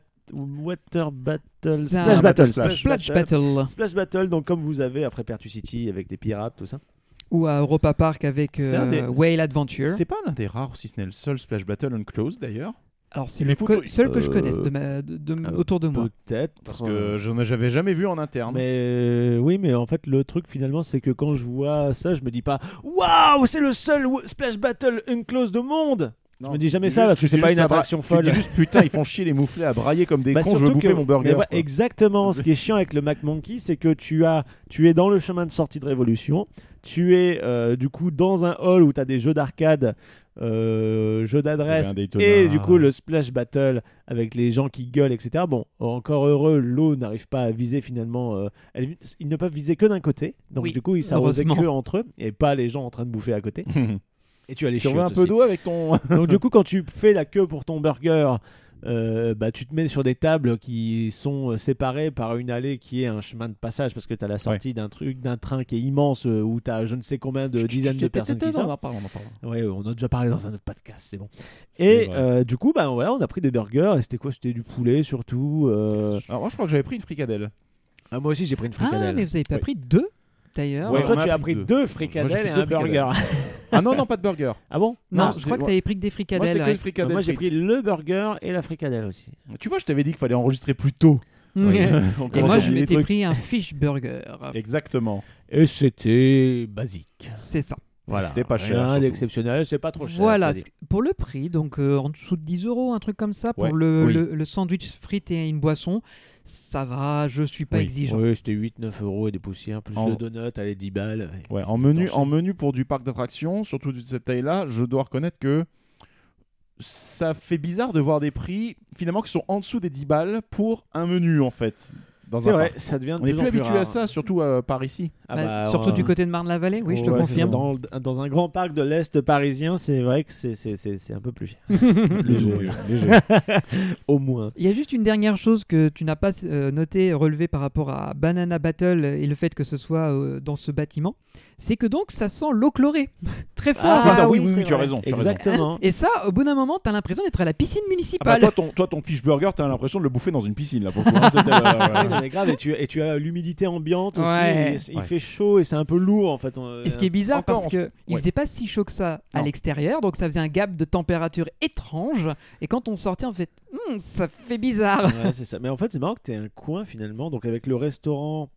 water battle, C'est splash un battle, Splash Battle. Splash battle. Donc comme vous avez à Frépertu City avec des pirates, tout ça. Ou à Europa Park avec C'est un des- Whale Adventure. C'est pas l'un des rares, si ce n'est le seul Splash Battle Unclosed d'ailleurs. Alors c'est les le photos- seul que je connaisse de autour de moi. Peut-être. Parce que j'avais jamais vu en interne. Mais oui, mais en fait, le truc finalement, c'est que quand je vois ça, je me dis pas waouh, c'est le seul Splash Battle Unclosed au monde. Non, je me dis jamais tu dis ça juste- parce que tu c'est dis pas juste une ça bra- attraction tu folle. dis juste putain, ils font chier les mouflets à brailler comme des Bah, cons, je veux surtout bouffer que- mon burger. mais voilà, quoi. exactement. Ce qui est chiant avec le Mac Monkey, c'est que tu es dans le chemin de sortie de Révolution. Tu es du coup dans un hall où tu as des jeux d'arcade, jeux d'adresse Il y avait un Daytona. et du coup le Splash Battle avec les gens qui gueulent, etc. Bon, encore heureux, l'eau n'arrive pas à viser finalement. Ils ne peuvent viser que d'un côté. Donc Oui, du coup, ils s'arrosaient heureusement. que entre eux et pas les gens en train de bouffer à côté. Et tu as les Tu veux un chiottes peu aussi. d'eau avec ton. Donc du coup, quand tu fais la queue pour ton burger, tu te mets sur des tables qui sont séparées par une allée qui est un chemin de passage parce que tu as la sortie d'un train qui est immense où tu as je ne sais combien de dizaines de personnes qui On sortent. en parle. Ouais, on a déjà parlé dans un autre podcast, c'est bon. C'est Et vrai. du coup, voilà, on a pris des burgers et c'était quoi? C'était du poulet surtout. Alors moi je crois que j'avais pris une fricadelle. Ah, moi aussi j'ai pris une Ah, fricadelle. mais vous avez pas Oui. pris deux d'ailleurs. Ouais, on toi a tu as pris pris deux. deux fricadelles Moi, j'ai et pris un deux burger. Ah non, pas de burger. Ah bon? Non, Non, je crois que j'ai- tu avais pris que des Moi fricadelles. c'est que ouais. le fricadelle. Moi j'ai pris frites. le burger et la fricadelle aussi. Tu vois, je t'avais dit qu'il fallait enregistrer plus tôt. Mm. On Et commence moi à je oublier les m'étais trucs. pris un fish burger. Exactement. Et c'était basique. C'est ça. Voilà. C'était pas cher, Rien surtout. d'exceptionnel, c'est pas trop cher. Voilà, c'est-à-dire. pour le prix, donc en dessous de 10 €, un truc comme ça, pour Ouais. le, Oui. le sandwich frites et une boisson, ça va, je suis pas Oui. exigeant. Oui, c'était 8-9 € et des poussières, plus En- le donut, allez 10 balles. Ouais, en menu pour du parc d'attractions, surtout de cette taille-là, je dois reconnaître que ça fait bizarre de voir des prix finalement qui sont en dessous des 10 balles pour un menu en fait. dans C'est un vrai, parc. ça devient de On n'est plus plus en plus habitué à rare. ça, surtout par ici. Ah Bah, bah, surtout du côté de Marne-la-Vallée, oui, je te ouais, confirme. c'est ça. Dans un grand parc de l'Est parisien, c'est vrai que c'est un peu plus cher. Léger. Au moins. Il y a juste une dernière chose que tu n'as pas noté, relevé par rapport à Banana Battle et le fait que ce soit dans ce bâtiment, c'est que donc ça sent l'eau chlorée. Très fort. Ah, oui, c'est tu as vrai. raison. Exactement. Et ça, au bout d'un moment, t'as l'impression d'être à la piscine Ah bah, municipale. toi, ton fish burger, t'as l'impression de le bouffer dans une piscine là. Pour le coup, hein, c'était, Oui, non, mais grave, et tu as l'humidité ambiante aussi. Ouais. Il fait chaud et c'est un peu lourd en fait. Et ce qui est bizarre, Encore, parce qu'il ouais. faisait pas si chaud que ça à Non. l'extérieur, donc ça faisait un gap de température étrange. Et quand on sortait, on fait ça fait bizarre. Ouais, c'est ça. Mais en fait, c'est marrant que tu aies un coin finalement. Donc avec le restaurant,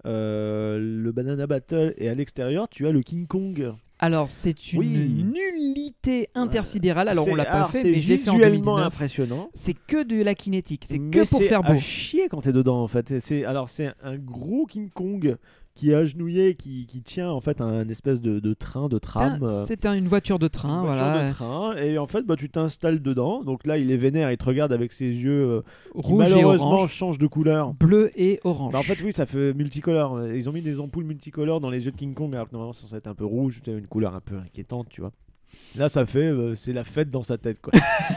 le Banana Battle et à l'extérieur, tu as le King Kong. Alors, c'est une Oui. nullité intersidérale. Alors, on l'a pas alors, fait, c'est mais je l'ai fait en visuellement 2019. impressionnant. C'est que de la kinétique. C'est Mais que pour faire beau. à chier quand t'es dedans en fait. C'est un gros King Kong qui est agenouillé, qui tient en fait un espèce de train, de tram. C'est une voiture de train, Une voiture voilà. de train, et en fait tu t'installes dedans. Donc là il est vénère, il te regarde avec ses yeux qui Rouge et malheureusement orange, changent de couleur. bleu et orange. Bah, en fait oui, ça fait multicolore. Ils ont mis des ampoules multicolores dans les yeux de King Kong, alors que normalement ça censé être un peu rouge, c'est une couleur un peu inquiétante, tu vois. Là ça fait c'est la fête dans sa tête quoi.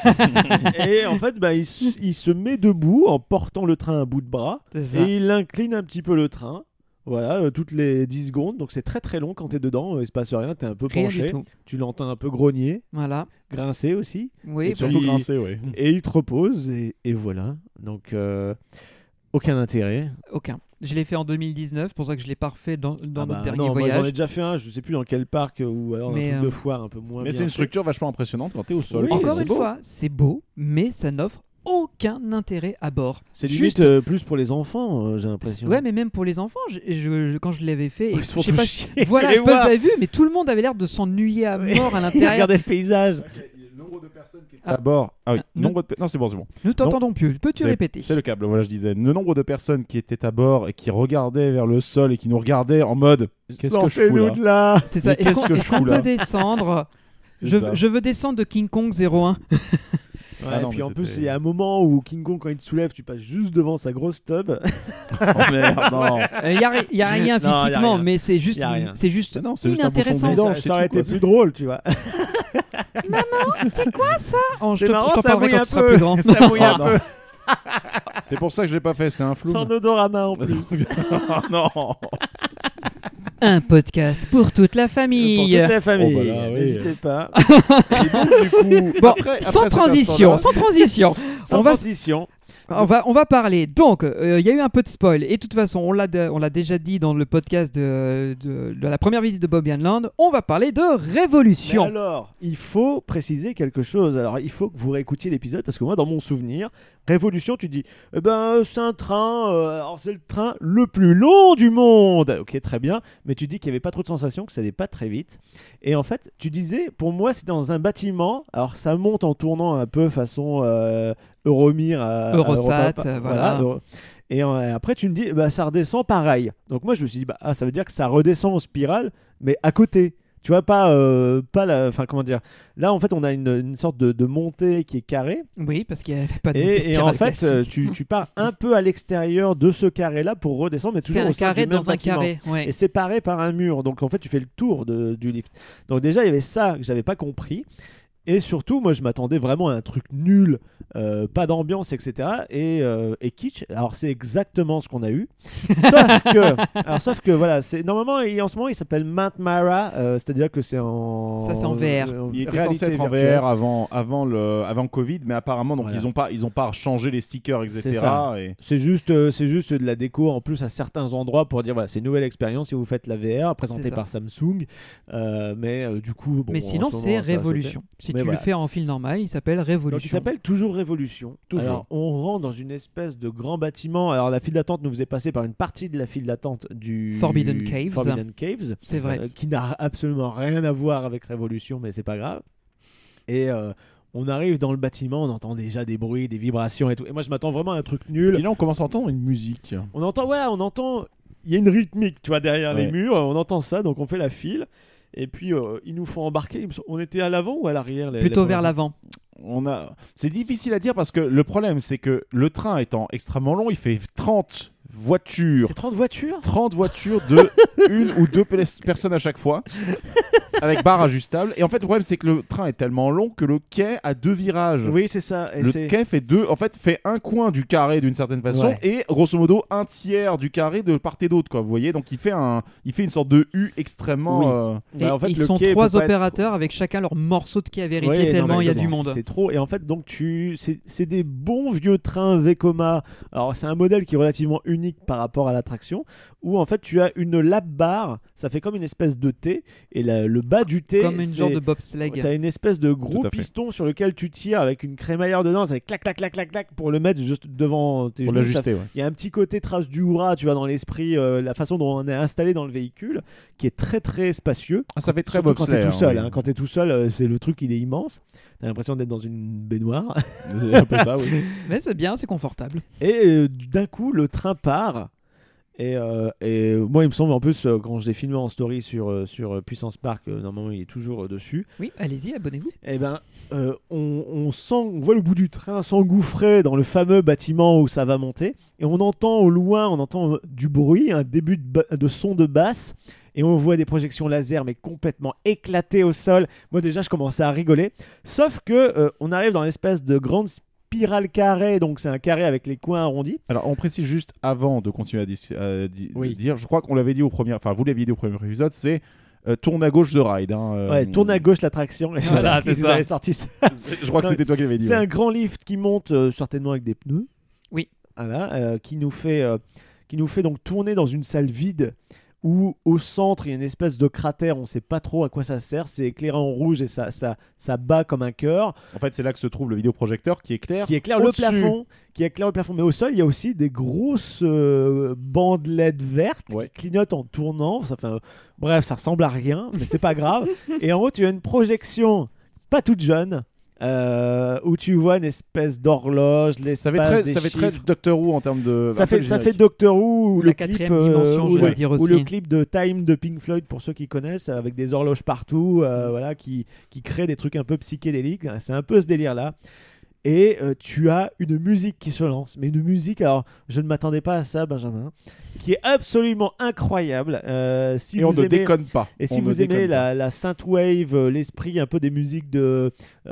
Et en fait il se met debout en portant le train à bout de bras, C'est ça. et il incline un petit peu le train. Voilà, toutes les 10 secondes, donc c'est très très long quand t'es dedans, il se passe rien, t'es un peu Rien du penché, tout. tu l'entends un peu grogner, Voilà. grincer aussi, Oui, Et bah, surtout puis- grincé, ouais. et il te repose, et voilà. Donc aucun intérêt. aucun. Je l'ai fait en 2019, pour ça que je l'ai pas refait dans Ah notre bah dernier non, moi voyage. j'en ai déjà fait un, je sais plus dans quel parc, ou alors Mais, un truc de foire un peu moins Mais bien c'est une fait. structure vachement impressionnante quand t'es au sol. Oui, Encore c'est une beau. fois, c'est beau, mais ça n'offre aucun intérêt à bord. C'est Juste- limite plus pour les enfants, j'ai l'impression. Ouais, mais même pour les enfants, quand je l'avais fait, Ils se font je sais pas tous si- chier, voilà, tu je les sais pas si vois. vous avez vu, mais tout le monde avait l'air de s'ennuyer à mort à l'intérieur. Regardez le paysage. Le nombre de personnes qui étaient Ah. à bord. Ah oui, Ah, non, c'est bon. Nous t'entendons plus. Peux-tu C'est- répéter? C'est le câble, voilà, je disais. Le nombre de personnes qui étaient à bord et qui regardaient vers le sol et qui nous regardaient en mode qu'est-ce que je fous Sortez-nous là de là. C'est ça. Mais Est-ce qu'est-ce qu'on que je est-ce qu'on fous, peut là descendre? C'est ça. Je veux descendre de King Kong 01. Ouais, Ah et non, puis mais en plus, c'était- il y a un moment où King Kong, quand il te soulève, tu passes juste devant sa grosse tub. Oh merde, non. Il y a rien Non, y a physiquement, rien. mais c'est juste, Y a rien. c'est juste Non, c'est juste un bouchon inintéressant. bidon. Ça c'est aurait tout, été quoi. plus drôle, tu vois. C'est quoi ça? Oh, je C'est te marrant, je t'en ça parlerai mouille quand un tu seras peu. plus grand. Ça mouille un Oh, peu. non. C'est pour ça que je l'ai pas fait, c'est un flou. Sans odorama en plus. non. Un podcast pour toute la Pour famille. toute la famille. Oh, bah là, oui. N'hésitez pas. Et donc, du coup, Bon, après sans cet transition, instant-là- sans transition. Sans On va, transition. on va parler. Donc, il y a eu un peu de spoil. Et de toute façon, on l'a déjà dit dans le podcast de la première visite de Bobby Land. On va parler de Mais Révolution. alors, il faut préciser quelque chose. Alors, il faut que vous réécoutiez l'épisode parce que moi, dans mon souvenir, Révolution, tu dis, eh ben, c'est un train. Alors, c'est le train le plus long du monde. Ok, très bien. Mais tu dis qu'il n'y avait pas trop de sensations, que ça n'allait pas très vite. Et en fait, tu disais, pour moi, c'est dans un bâtiment. Alors, ça monte en tournant un peu façon Euromir à Eurosat, Europa, voilà. Et après, tu me dis, bah, ça redescend pareil. Donc, moi, je me suis dit, bah, ça veut dire que ça redescend en spirale, mais à côté. Tu vois, pas la. Enfin, comment dire. Là, en fait, on a une sorte de montée qui est carrée. Oui, parce qu'il n'y avait pas de Et en fait, classique. tu pars un peu à l'extérieur de ce carré-là pour redescendre, mais C'est toujours un au sein carré du même dans un bâtiment. carré. Ouais. Et séparé par un mur. Donc, en fait, tu fais le tour du lift. Donc, déjà, il y avait ça que j'avais pas compris. Et surtout, moi, je m'attendais vraiment à un truc nul, pas d'ambiance, etc. Et kitsch. Alors, c'est exactement ce qu'on a eu. Sauf que voilà, normalement, en ce moment, il s'appelle Mount Mara, c'est-à-dire que c'est en. Ça, c'est en VR. Il était réalité censé être en virtuelle. VR avant Covid, mais apparemment donc Voilà. ils ont pas changé les stickers, etc. C'est ça. Et... C'est juste de la déco en plus à certains endroits pour dire voilà, c'est une nouvelle expérience si vous faites la VR présentée C'est ça. par Samsung. Mais du coup, bon, Mais en sinon, ce c'est moment, ça Révolution. Si Mais tu voilà. le fais en fil normal, il s'appelle Révolution. Donc il s'appelle toujours Révolution. Toujours. Alors on rentre dans une espèce de grand bâtiment. Alors la file d'attente nous faisait passer par une partie de la file d'attente du Forbidden Caves. C'est vrai. qui n'a absolument rien à voir avec Révolution, mais c'est pas grave. Et on arrive dans le bâtiment, on entend déjà des bruits, des vibrations et tout. Et moi je m'attends vraiment à un truc nul. Puis là on commence à entendre une musique. On entend, il y a une rythmique, tu vois, derrière les Ouais. murs, on entend ça, donc on fait la file, et puis ils nous font embarquer. On était à l'avant ou à l'arrière Plutôt vers l'avant. C'est difficile à dire parce que le problème c'est que le train étant extrêmement long, il fait 30 voitures. C'est 30 voitures 30 voitures de une ou deux personnes à chaque fois, avec barre ajustable. Et en fait, le problème, c'est que le train est tellement long que le quai a 2 virages. Oui, c'est ça. Et Le quai fait un coin du carré d'une certaine façon, Ouais. et grosso modo un tiers du carré de part et d'autre, quoi. Vous voyez, donc il fait une sorte de U extrêmement. Oui. Et Bah, en fait, ils le sont quai 3 peut pas être- opérateurs avec chacun leur morceau de quai à vérifier Ouais, tellement non, il y a c'est- du monde. C'est trop. Et en fait, donc c'est des bons vieux trains Vekoma. Alors c'est un modèle qui est relativement unique par rapport à l'attraction, où en fait tu as une lap bar, ça fait comme une espèce de T, et le bas du T, Comme une genre de bobsleigh. T'as une espèce de gros Tout à fait. piston sur lequel tu tires avec une crémaillère dedans, ça fait clac clac clac clac clac pour le mettre juste devant tes Pour genoux. l'ajuster, ouais. Il y a un petit côté trace du hurrah, tu vois, dans l'esprit, la façon dont on est installé dans le véhicule, qui est très très spacieux. Ah, ça fait très Surtout quand t'es bobsleigh, tout seul. hein, oui. Quand t'es tout seul, c'est le truc, il est immense. T'as l'impression d'être dans une baignoire. C'est un peu ça, oui. Mais c'est bien, c'est confortable. Et d'un coup, le train part. Et moi, il me semble, en plus, quand je l'ai filmé en story sur Puissance Park, normalement, il est toujours dessus. Oui, allez-y, abonnez-vous. Eh ben, on voit le bout du train s'engouffrer dans le fameux bâtiment où ça va monter. Et on entend au loin, du bruit, un début de son de basse. Et on voit des projections laser, mais complètement éclatées au sol. Moi, déjà, je commençais à rigoler. Sauf que on arrive dans l'espèce de grande spirale carrée. Donc, c'est un carré avec les coins arrondis. Alors, on précise juste avant de continuer Oui. dire, je crois qu'on l'avait dit vous l'aviez dit au premier épisode, c'est tourne à gauche de ride. Hein, Ouais, tourne à gauche l'attraction. Et Voilà, c'est ils ça. avaient sorti ça. Je crois que c'était toi qui l'avais dit. C'est ouais. un grand lift qui monte certainement avec des pneus. Oui. Voilà, qui nous fait donc tourner dans une salle vide où au centre il y a une espèce de cratère, on ne sait pas trop à quoi ça sert, c'est éclairé en rouge et ça bat comme un cœur, En fait, c'est là que se trouve le vidéoprojecteur qui éclaire. qui éclaire le au-dessus. plafond. Mais au sol, il y a aussi des grosses bandes LED vertes Ouais. qui clignotent en tournant. Bref, ça ressemble à rien, mais c'est pas grave. Et en haut, tu as une projection pas toute jeune. Où tu vois une espèce d'horloge, Ça fait l'espace, très, des chiffres. Doctor Who en termes de. Ça un peu fait, le ça fait générique. Doctor Who ou La le quatrième clip, dimension, ou je vais le- dire ou aussi. le clip de Time de Pink Floyd pour ceux qui connaissent, avec des horloges partout, voilà, qui créent des trucs un peu psychédéliques. C'est un peu ce délire là. Et tu as une musique qui se lance, mais une musique, alors je ne m'attendais pas à ça, Benjamin, qui est absolument incroyable. Si Et on vous ne aimez, déconne pas. et si On ne vous aimez déconne pas. la synthwave, l'esprit un peu des musiques de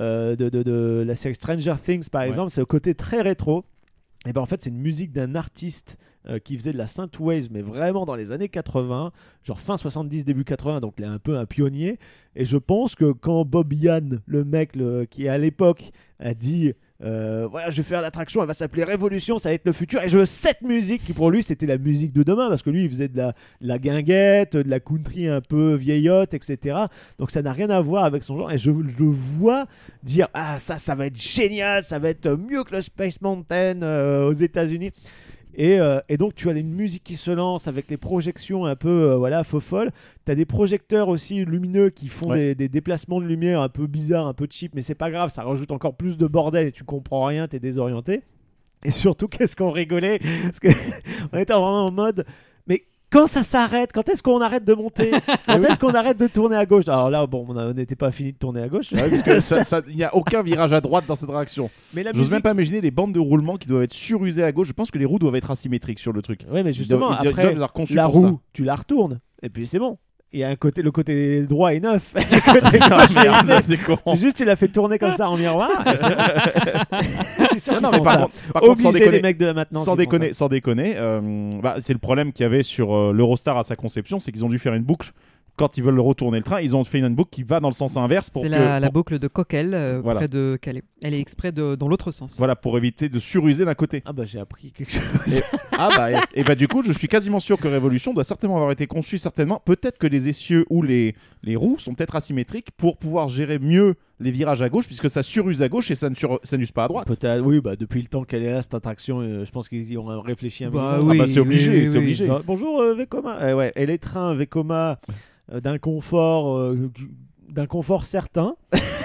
la série Stranger Things par Ouais. exemple, c'est le côté très rétro. Et ben en fait c'est une musique d'un artiste qui faisait de la synthwave mais vraiment dans les années 80, genre fin 70 début 80, donc il est un peu un pionnier. Et je pense que quand Bob Yann, le mec qui à l'époque a dit voilà, je vais faire l'attraction, elle va s'appeler Révolution, ça va être le futur, et je veux cette musique qui pour lui c'était la musique de demain, parce que lui il faisait de la guinguette, de la country un peu vieillotte, etc. Donc ça n'a rien à voir avec son genre, et je le vois dire ah ça va être génial, ça va être mieux que le Space Mountain aux États-Unis. Et donc tu as une musique qui se lance avec les projections un peu voilà faux folles. Tu as des projecteurs aussi lumineux qui font Ouais. des déplacements de lumière un peu bizarres, un peu cheap, mais c'est pas grave, ça rajoute encore plus de bordel et tu comprends rien, tu es désorienté. Et surtout, qu'est-ce qu'on rigolait, parce que on était vraiment en mode mais quand ça s'arrête, quand est-ce qu'on arrête de monter, quand est-ce qu'on arrête de tourner à gauche. Alors là bon, on n'était pas fini de tourner à gauche. Ouais, parce que il n'y a aucun virage à droite dans cette réaction. Mais la J'ose musique même pas imaginer les bandes de roulement qui doivent être surusées à gauche. Je pense que les roues doivent être asymétriques sur le truc. Ouais, mais justement Ils doivent après les avoir conçus la pour ça. roue, tu la retournes et puis c'est bon. Il y a le côté droit est neuf. Le côté gauche est Merde, usé. c'est con. C'est juste tu l'as fait tourner comme ça en miroir. et c'est bon. Je suis sûr qu'ils Non, mais font par ça. contre, sans Obligé déconner, les mecs de maintenant. sans déconner, c'est le problème qu'il y avait sur l'Eurostar à sa conception, c'est qu'ils ont dû faire une boucle. Quand ils veulent retourner le train, ils ont fait une boucle qui va dans le sens inverse pour C'est que la boucle de Coquel, Voilà. près de Calais. Elle est exprès dans l'autre sens. voilà, pour éviter de suruser d'un côté. Ah bah j'ai appris quelque chose. Et bah du coup, je suis quasiment sûr que Révolution doit certainement avoir été conçu peut-être que les essieux ou les roues sont peut-être asymétriques pour pouvoir gérer mieux les virages à gauche, puisque ça suruse à gauche et ça n'use pas à droite. Peut-être, oui, bah depuis le temps qu'elle est là cette attraction, je pense qu'ils y ont réfléchi un Bah minimum. oui, Ah bah c'est obligé, oui, c'est oui. obligé. Bonjour Vekoma. Ouais, et les trains Vekoma d'un confort certain.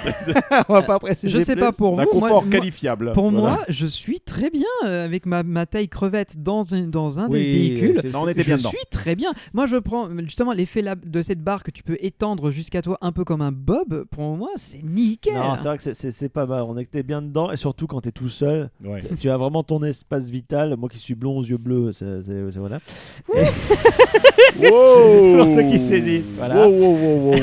On va pas préciser. Je sais pas pour Un vous. confort qualifiable. Pour Voilà. moi, je suis très bien avec ma taille crevette dans un des Oui, véhicules. c'est- Non, on était bien Je dedans. suis très bien. Moi, je prends justement l'effet de cette barre que tu peux étendre jusqu'à toi un peu comme un bob. Pour moi, c'est nickel. Non, c'est vrai que c'est pas mal. On était bien dedans et surtout quand t'es tout seul, Ouais. tu as vraiment ton espace vital. Moi qui suis blond aux yeux bleus, c'est voilà. Wow. Pour ceux qui saisissent, voilà. Wow.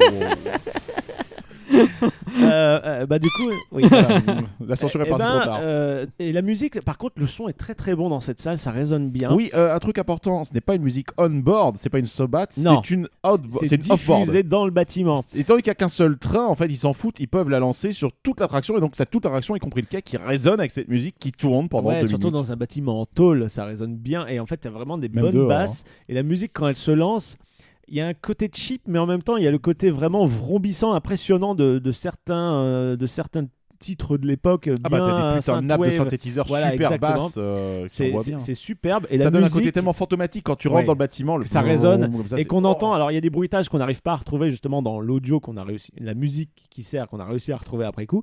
Bah du coup, oui. Voilà. La censure est Eh partie ben, trop tard. et la musique, par contre, le son est très très bon dans cette salle. Ça résonne bien. Oui, un truc important, ce n'est pas une musique on-board, c'est pas une sobat, Non. c'est une outboard, c'est c'est une off-board. diffusé dans le bâtiment. Étant donné qu'il n'y a qu'un seul train, en fait, ils s'en foutent, ils peuvent la lancer sur toute l'attraction, et donc tu as toute l'attraction, y compris le quai, qui résonne avec cette musique qui tourne pendant Ouais, 2 surtout minutes. dans un bâtiment en tôle, ça résonne bien. Et en fait, t'as vraiment des Même bonnes dehors, basses. Et la musique, quand elle se lance, il y a un côté cheap, mais en même temps, il y a le côté vraiment vrombissant, impressionnant de certains titres de l'époque. Ah bah t'as des putains de nappes de synthwave. synthétiseurs Voilà, super exactement. basses, qui C'est s'envoient bien. c'est superbe. Et Ça la donne musique, un côté tellement fantomatique quand tu rentres Ouais. dans le bâtiment. Le Ça résonne comme ça, et c'est- qu'on Oh. entend. Alors il y a des bruitages qu'on n'arrive pas à retrouver justement dans l'audio qu'on a réussi, la musique qui sert qu'on a réussi à retrouver après coup.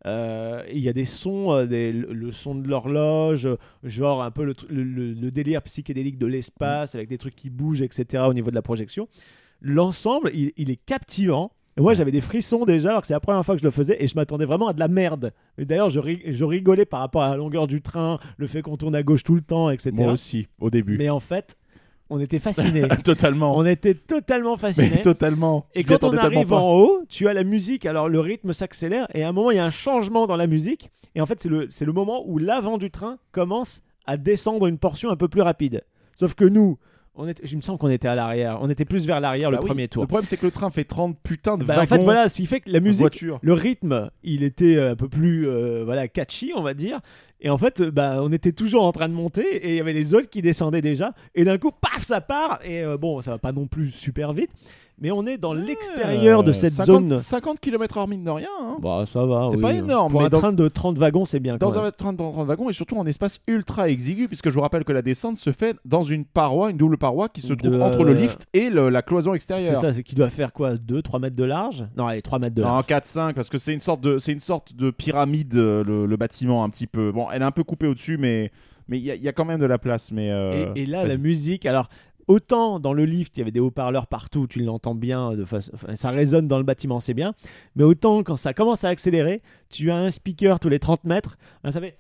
Il y a des sons, le son de l'horloge, genre un peu le délire psychédélique de l'espace avec des trucs qui bougent, etc. au niveau de la projection. L'ensemble, il est captivant. Et moi, j'avais des frissons déjà, alors que c'est la première fois que je le faisais, et je m'attendais vraiment à de la merde. Et d'ailleurs, je rigolais par rapport à la longueur du train, le fait qu'on tourne à gauche tout le temps, etc. Moi aussi, au début. Mais en fait, on était fascinés. Totalement. On était totalement fascinés. Mais totalement. Et Je m'y quand on attendais tellement arrive pas. en haut, tu as la musique, alors le rythme s'accélère, et à un moment, il y a un changement dans la musique. Et en fait, c'est le moment où l'avant du train commence à descendre une portion un peu plus rapide. Sauf que nous, je me sens qu'on était à l'arrière. On était plus vers l'arrière Bah le oui, premier tour. Le problème, c'est que le train fait 30 putains de Bah, wagons en fait, voilà, ce qui fait que la de musique, voitures. le rythme, il était un peu plus voilà, catchy, on va dire. Et en fait, on était toujours en train de monter et il y avait les autres qui descendaient déjà. Et d'un coup, paf, ça part. Et bon, ça va pas non plus super vite. Mais on est dans l'extérieur de cette 50 zone. 50 km/h mine de rien. Hein. Bah, ça va. C'est oui. pas énorme, Pour mais un train de 30 wagons, c'est bien. Dans quand même. un train de 30 wagons et surtout en espace ultra exigu, puisque je vous rappelle que la descente se fait dans une paroi, une double paroi qui se trouve entre le lift et la cloison C'est extérieure. ça, c'est qu'il doit faire quoi 2-3 mètres de large. Non, allez, 3 mètres de large. En 4-5, parce que c'est une sorte de pyramide, le bâtiment un petit peu. Bon, elle est un peu coupée au-dessus, mais il y a quand même de la place. Mais, Et là, vas-y. la musique, alors autant dans le lift, il y avait des haut-parleurs partout, tu l'entends bien, ça résonne dans le bâtiment, c'est bien. Mais autant quand ça commence à accélérer, tu as un speaker tous les 30 mètres, ça fait...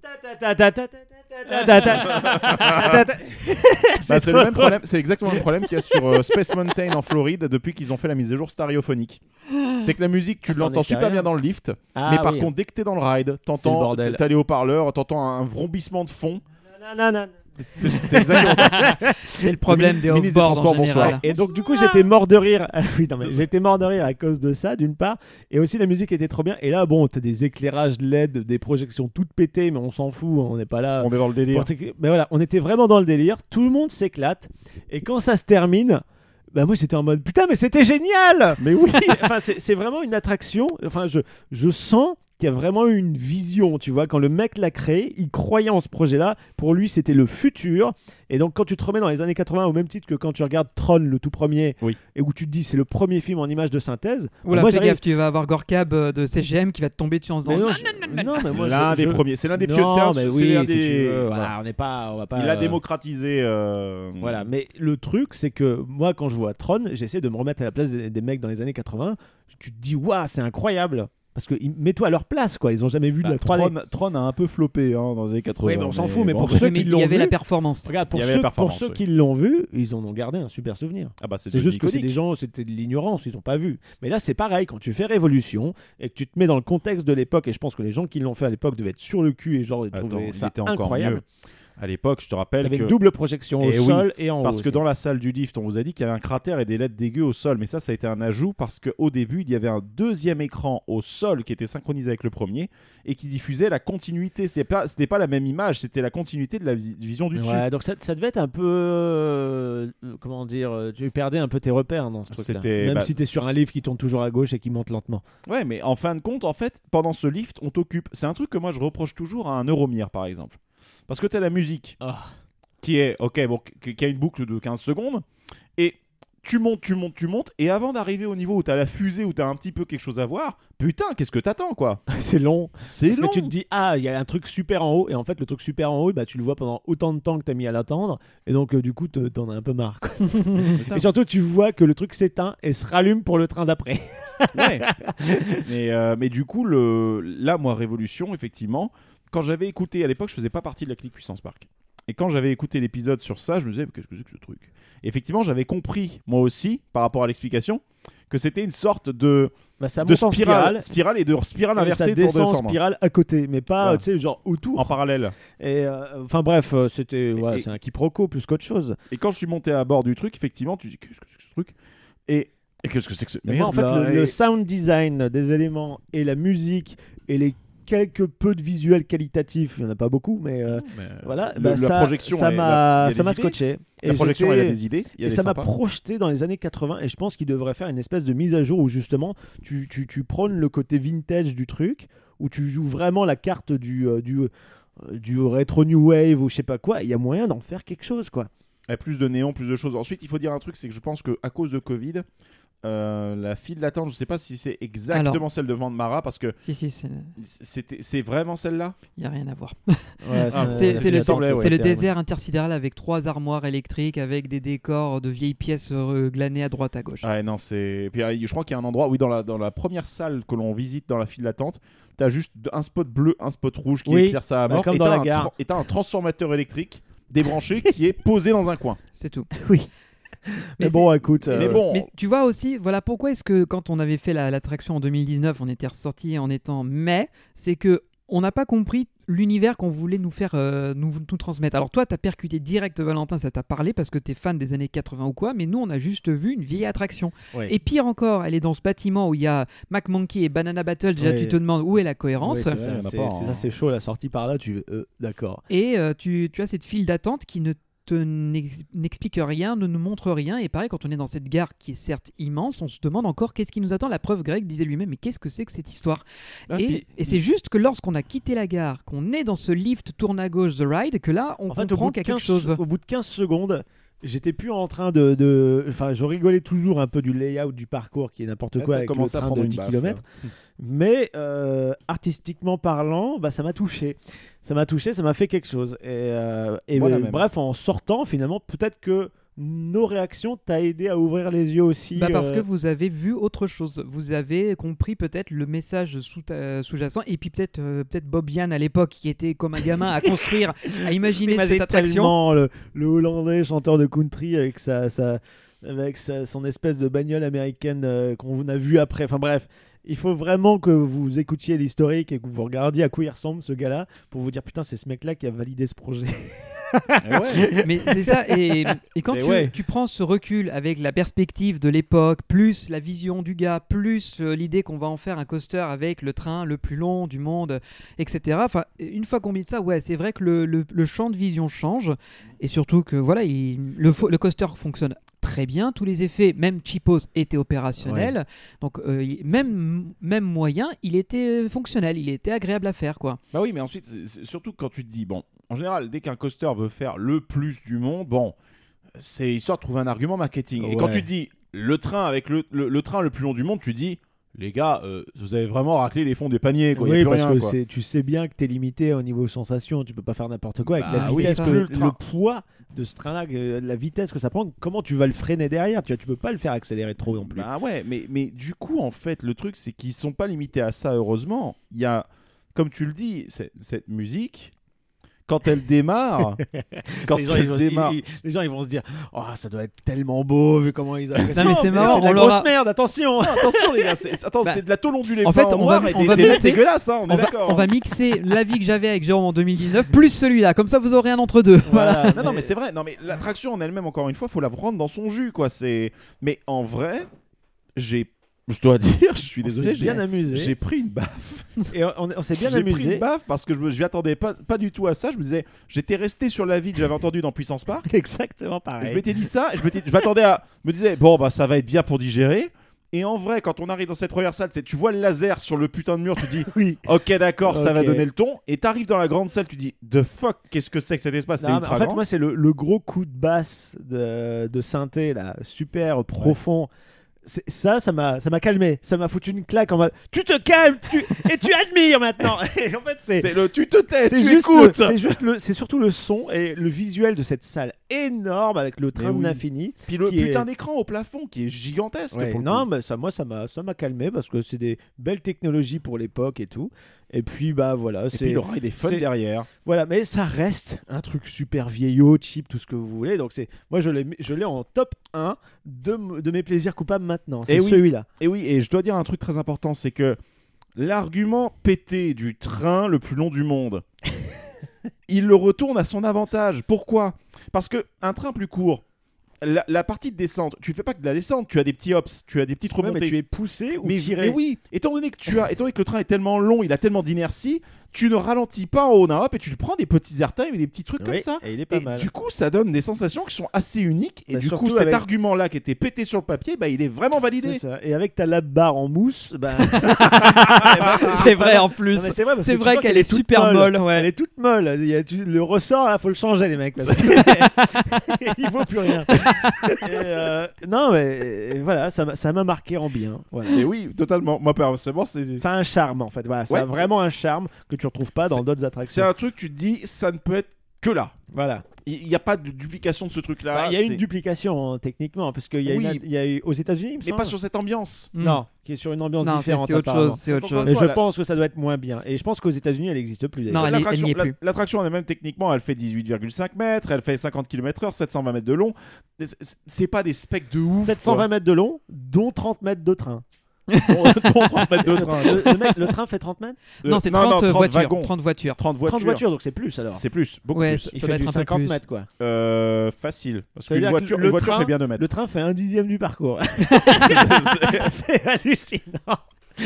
Bah, c'est le même problème, c'est exactement le problème qu'il y a sur Space Mountain en Floride depuis qu'ils ont fait la mise à jour stéréophonique. C'est que la musique, tu Ah, c'est en l'entends super extérieur. bien dans le lift, Ah, mais par oui. contre, dès que t'es dans le ride, C'est le t'entends, bordel. t'as les haut-parleurs, t'entends un vrombissement de fond. Nanana. C'est exactement ça. C'est le problème des Ministre des off-board en Transports, général. bonsoir. Et donc du coup j'étais mort de rire. Oui, non, mais j'étais mort de rire à cause de ça d'une part, et aussi la musique était trop bien. Et là bon, t'as des éclairages LED, des projections toutes pétées, mais on s'en fout, on n'est pas là. On est dans le délire. Mais voilà, on était vraiment dans le délire. Tout le monde s'éclate. Et quand ça se termine, bah moi j'étais en mode putain mais c'était génial. Mais oui. Enfin c'est vraiment une attraction. Enfin je sens qu'il y a vraiment eu une vision, tu vois, quand le mec l'a créé, il croyait en ce projet-là, pour lui c'était le futur, et donc quand tu te remets dans les années 80, au même titre que quand tu regardes Tron, le tout premier, Oui. et où tu te dis c'est le premier film en image de synthèse, Oula, moi fais j'arrive... gaffe, tu vas avoir Gorkab de CGM qui va te tomber dessus en disant Mais non, non, non, mais moi, L'un je- des je- premiers, c'est l'un des Non, pieux. mais C'est oui, l'un si des- tu veux, voilà. voilà, on va pas... Il a démocratisé. Voilà, mais le truc, c'est que moi, quand je vois Tron, j'essaie de me remettre à la place des mecs dans les années 80. Tu te dis, waouh, c'est incroyable. Parce que mets-toi à leur place, quoi. Ils ont jamais vu de la 3D. Tron a un peu floppé dans les années 80. Oui, mais on s'en fout, mais bon, pour c'est- ceux mais qui il l'ont y avait vu, la performance. regarde, Il y avait la performance, pour ceux oui. qui l'ont vu, ils en ont gardé un super souvenir. Ah bah, C'est devenu juste que c'est iconique. des gens, c'était de l'ignorance, ils ont pas vu. Mais là, c'est pareil, quand tu fais Révolution et que tu te mets dans le contexte de l'époque, et je pense que les gens qui l'ont fait à l'époque devaient être sur le cul et genre ils Attends, trouvaient il ça était encore incroyable. mieux. À l'époque, je te rappelle T'avais que une double projection au Et oui, sol et en haut. parce que aussi. dans la salle du lift, on vous a dit qu'il y avait un cratère et des lettres dégueu au sol, mais ça a été un ajout parce qu'au début, il y avait un deuxième écran au sol qui était synchronisé avec le premier et qui diffusait la continuité. C'était pas la même image, c'était la continuité de la vision du dessus. Ouais, donc ça devait être un peu comment dire, tu perdais un peu tes repères dans ce truc-là. C'était- Même bah, si t'es sur un livre qui tourne toujours à gauche et qui monte lentement. Ouais, mais en fin de compte, en fait, pendant ce lift, on t'occupe. C'est un truc que moi je reproche toujours à un Euromir, par exemple. Parce que t'as la musique qui est, ok, bon, qui a une boucle de 15 secondes, et tu montes, et avant d'arriver au niveau où t'as la fusée, où t'as un petit peu quelque chose à voir, putain, qu'est-ce que t'attends, quoi. C'est long. C'est Parce long. que tu te dis, il y a un truc super en haut, et en fait, le truc super en haut, bah, tu le vois pendant autant de temps que t'as mis à l'attendre, et donc, du coup, t'en as un peu marre, quoi. Et surtout, tu vois que le truc s'éteint et se rallume pour le train d'après. Ouais. mais du coup, là, moi, Révolution, effectivement, quand j'avais écouté, à l'époque, je faisais pas partie de la clique Puissance Park. Et quand j'avais écouté l'épisode sur ça, je me disais, qu'est-ce que c'est que ce truc ? Et effectivement, j'avais compris, moi aussi, par rapport à l'explication, que c'était une sorte de Ça monte en spirale et de spirale inversée ça pour descend en descendre. spirale à côté, mais pas, Ouais. tu sais, genre autour. En parallèle. Et enfin bref, c'était c'est un quiproquo plus qu'autre chose. Et quand je suis monté à bord du truc, effectivement, tu dis, qu'est-ce que c'est que ce truc ? Et qu'est-ce que c'est que ce... Mais moi, en fait, le sound design des éléments et la musique et les quelques peu de visuels qualitatifs, il n'y en a pas beaucoup, mais voilà, la projection, ça m'a il y a des idées. scotché. La projection, elle a des idées. Et ça m'a projeté dans les années 80, et je pense qu'il devrait faire une espèce de mise à jour où justement tu prônes le côté vintage du truc, où tu joues vraiment la carte du rétro new wave ou je sais pas quoi. Il y a moyen d'en faire quelque chose, quoi. Et plus de néon, plus de choses. Ensuite, il faut dire un truc, c'est que je pense qu'à cause de Covid, la file d'attente, je sais pas si c'est exactement celle de Vandemara, parce que Si, c'est vraiment celle-là. il n'y a rien à voir. Ouais, C'est le désert. désert intersidéral avec 3 armoires électriques, avec des décors de vieilles pièces glanés à droite à gauche. Ah non, c'est. Et puis je crois qu'il y a un endroit, oui, dans la première salle que l'on visite dans la file d'attente, t'as juste un spot bleu, un spot rouge qui éclaire ça à mort, comme et dans t'as la gare. et t'as un transformateur électrique débranché qui est posé dans un coin. C'est tout. Oui. Mais bon, écoute. Mais bon. Mais tu vois aussi, voilà pourquoi est-ce que quand on avait fait l'attraction en 2019, on était ressorti en étant c'est que on n'a pas compris l'univers qu'on voulait nous faire nous transmettre. Alors toi, t'as percuté direct, Valentin, ça t'a parlé parce que t'es fan des années 80 ou quoi, mais nous, on a juste vu une vieille attraction. Oui. Et pire encore, elle est dans ce bâtiment où il y a McMonkey et Banana Battle. Déjà, Oui. tu te demandes où est la cohérence. Oui, il y en a pas, hein. c'est chaud la sortie par là, d'accord. Et tu as cette file d'attente qui n'explique rien, ne nous montre rien. Et pareil, quand on est dans cette gare qui est certes immense, on se demande encore qu'est-ce qui nous attend. La preuve, Greg disait lui-même, mais qu'est-ce que c'est que cette histoire ? Et c'est juste que lorsqu'on a quitté la gare, qu'on est dans ce lift tourne à gauche, The Ride, que là, on comprend qu'il y a quelque chose. Au bout de 15 secondes, j'étais plus en train de... Enfin, je rigolais toujours un peu du layout du parcours qui est n'importe quoi avec le train de 10 km. Mais artistiquement parlant, ça m'a touché. Ça m'a fait quelque chose. Et bref, en sortant, finalement, peut-être que nos réactions t'a aidé à ouvrir les yeux aussi. Parce que vous avez vu autre chose. Vous avez compris peut-être le message sous-jacent. Et puis peut-être Bob Yann à l'époque qui était comme un gamin à construire, à imaginer cette attraction. Tellement le Hollandais chanteur de country avec son espèce de bagnole américaine qu'on a vu après. Enfin bref. Il faut vraiment que vous écoutiez l'historique et que vous regardiez à quoi il ressemble ce gars-là pour vous dire putain c'est ce mec-là qui a validé ce projet. Mais c'est ça, et quand tu prends ce recul avec la perspective de l'époque, plus la vision du gars, plus l'idée qu'on va en faire un coaster avec le train le plus long du monde, etc. Enfin, une fois qu'on met ça, c'est vrai que le champ de vision change, et surtout que voilà, le coaster fonctionne très bien, tous les effets, même cheapos, étaient opérationnels, donc même moyen, il était fonctionnel, il était agréable à faire, quoi. Bah oui, mais ensuite, c'est surtout quand tu te dis, bon, en général, dès qu'un coaster veut faire le plus du monde, bon, c'est histoire de trouver un argument marketing. Et quand tu te dis, le train avec le train le plus long du monde, tu dis, les gars, vous avez vraiment raclé les fonds des paniers, quoi. Oui, y a plus parce rien, que quoi. Tu sais bien que t'es limité au niveau sensation, tu peux pas faire n'importe quoi avec la oui, vitesse, le poids de ce train-là, la vitesse que ça prend, comment tu vas le freiner derrière, tu peux pas le faire accélérer trop non plus. Bah ouais, mais du coup, en fait, le truc, c'est qu'ils sont pas limités à ça, heureusement. Il y a, comme tu le dis, cette musique... Quand elle démarre, les gens ils vont se dire oh ça doit être tellement beau vu comment ils apprécient. Non mais c'est marrant, c'est de la grosse merde, attention. Attention les gars, c'est de la tôle ondulée. En fait, on va dégueulasse, hein, on va mixer l'avis que j'avais avec Jérôme en 2019 plus celui-là, comme ça vous aurez un entre deux. Voilà. Non mais c'est vrai, non mais l'attraction en elle-même, encore une fois, faut la prendre dans son jus, quoi. Mais en vrai, je dois dire, je suis désolé, j'ai bien amusé. J'ai pris une baffe. Et on s'est bien amusé. J'ai pris une baffe parce que je m'y attendais pas du tout à ça. Je me disais, j'étais resté sur la vie que j'avais entendue dans Puissance Park. Exactement pareil. Et je m'étais dit ça, et je m'attendais à. Je me disais, bon, ça va être bien pour digérer. Et en vrai, quand on arrive dans cette première salle, tu vois le laser sur le putain de mur, tu dis Oui. ok d'accord, ça va Ok. donner le ton. Et t'arrives dans la grande salle, tu dis the fuck, qu'est-ce que c'est que cet espace? C'est Non, ultra en fait, grand. moi, c'est le gros coup de basse de synthé, là, super profond. Ça m'a calmé. Ça m'a foutu une claque en mode tu te calmes et tu admires maintenant. Et en fait, C'est le tu te tais, tu juste écoutes. c'est surtout le son et le visuel de cette salle énorme avec le train oui. de l'infini. Puis le qui putain est- d'écran au plafond qui est gigantesque. Ouais, pour le non, coup. mais ça m'a calmé parce que c'est des belles technologies pour l'époque et tout. Et puis bah voilà, Et puis le rail des fun c'est- derrière. voilà, mais ça reste un truc super vieillot, cheap, tout ce que vous voulez. Donc moi je l'ai en top 1 de mes plaisirs coupables maintenant. C'est Et oui. celui-là. Et oui, et je dois dire un truc très important, c'est que l'argument pété du train le plus long du monde, il le retourne à son avantage. Pourquoi? Parce que un train plus court, la partie de descente, tu fais pas que de la descente, tu as des petits hops, tu as des petites Ouais, mais remontées. tu es poussé ou mais tiré. oui, étant donné que le train est tellement long, il a tellement d'inertie, tu ne ralentis pas en haut d'un hop et tu prends des petits airtime et des petits trucs Oui, comme ça. et il est pas Et mal. du coup, ça donne des sensations qui sont assez uniques. Et Bah, du coup, surtout cet avec- argument-là qui était pété sur le papier, bah, il est vraiment validé. C'est ça. Et avec ta lap bar en mousse, bah... C'est vrai en plus. Non, mais c'est vrai, parce C'est que tu vrai sens qu'elle est toute super molle. Ouais. Elle est toute molle. Le ressort, là, faut le changer, les mecs. Parce que il vaut plus rien. Non, mais voilà, ça m'a marqué en bien. Voilà. Et oui, totalement. Moi, personnellement, c'est Ça a un charme, en fait. Voilà, ça a Ouais. vraiment un charme que tu retrouves pas dans d'autres c'est attractions. un truc, tu te dis, ça ne peut être que là. Voilà. Il n'y a pas de duplication de ce truc-là. Bah, il y a c'est- une duplication, hein, techniquement, parce qu'il y a, Oui. il y a eu aux États-Unis, il me Mais semble. pas sur cette ambiance. Non, qui est sur une ambiance Non, c'est différente. c'est autre apparemment. chose. C'est autre Donc, chose. Et je Voilà. pense que ça doit être moins bien. Et je pense qu'aux États-Unis, elle n'existe plus. d'ailleurs. Non, elle n'y est plus. L'attraction en elle-même, techniquement, elle fait 18,5 mètres, elle fait 50 km/h, 720 mètres de long. C'est pas des specs de ouf. 720 mètres de long, dont 30 mètres de train. Dont 30 mètres de train. Le train fait 30 mètres Non, c'est 30 voitures. wagons. 30 voitures. 30 voitures. 30 voitures, donc c'est plus alors. C'est plus, beaucoup Ouais, plus. Il ça fait doit du être un peu 50 plus. mètres, quoi. Facile. Parce Ça veut qu'une dire que voiture, une voiture train- fait bien 2 mètres. Le train fait un dixième du parcours. C'est hallucinant.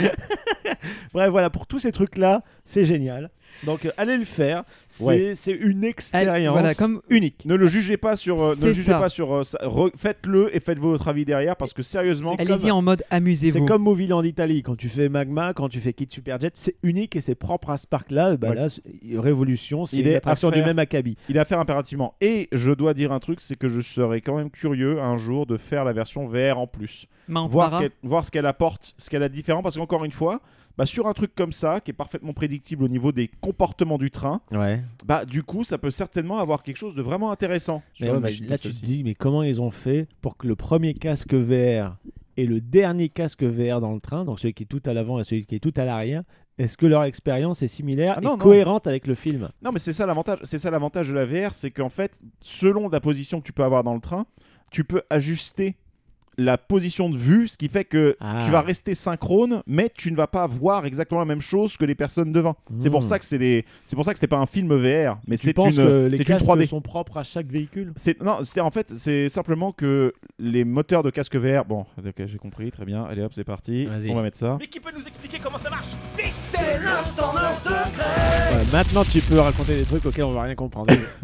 Bref, voilà, pour tous ces trucs-là, c'est génial. Donc, allez le faire. C'est une expérience voilà, comme- unique. Ne le jugez pas sur. Ne C'est le jugez ça. pas sur. Faites-le et faites votre avis derrière parce que sérieusement. Allez-y en mode amusez-vous. C'est comme Movieland Italie. Quand tu fais Magma, quand tu fais Kid Superjet, c'est unique et c'est propre à ce parc-là. Bah Ouais. là, Révolution, c'est Il une est attraction à faire. du même acabit. Il est à faire impérativement. Et je dois dire un truc, c'est que je serais quand même curieux un jour de faire la version VR en plus. Mount Voir, Mara. voir ce qu'elle apporte, ce qu'elle a de différent. Parce qu'encore une fois, bah, sur un truc comme ça, qui est parfaitement prédictible au niveau des comportements du train, Ouais. bah, du coup, ça peut certainement avoir quelque chose de vraiment intéressant. Mais sur ouais, une mais machine là, comme tu te celle-ci. dis, mais comment ils ont fait pour que le premier casque VR et le dernier casque VR dans le train, donc celui qui est tout à l'avant et celui qui est tout à l'arrière, est-ce que leur expérience est similaire Ah non, et non. cohérente avec le film? Non, mais c'est ça l'avantage. C'est ça l'avantage de la VR, c'est qu'en fait, selon la position que tu peux avoir dans le train, tu peux ajuster la position de vue, ce qui fait que Ah. tu vas rester synchrone, mais tu ne vas pas voir exactement la même chose que les personnes devant. C'est pour ça que c'est pour ça que c'était pas un film VR, mais Tu c'est penses que les c'est une casques 3D. sont propres à chaque véhicule? En fait, c'est simplement que les moteurs de casque VR. Bon, ok, j'ai compris, très bien. Allez hop, c'est parti. Vas-y. On va mettre ça. Mais qui peut nous expliquer comment ça marche? Vite, c'est l'instant meurtre de Greg. Ouais, maintenant, tu peux raconter des trucs auxquels on va rien comprendre.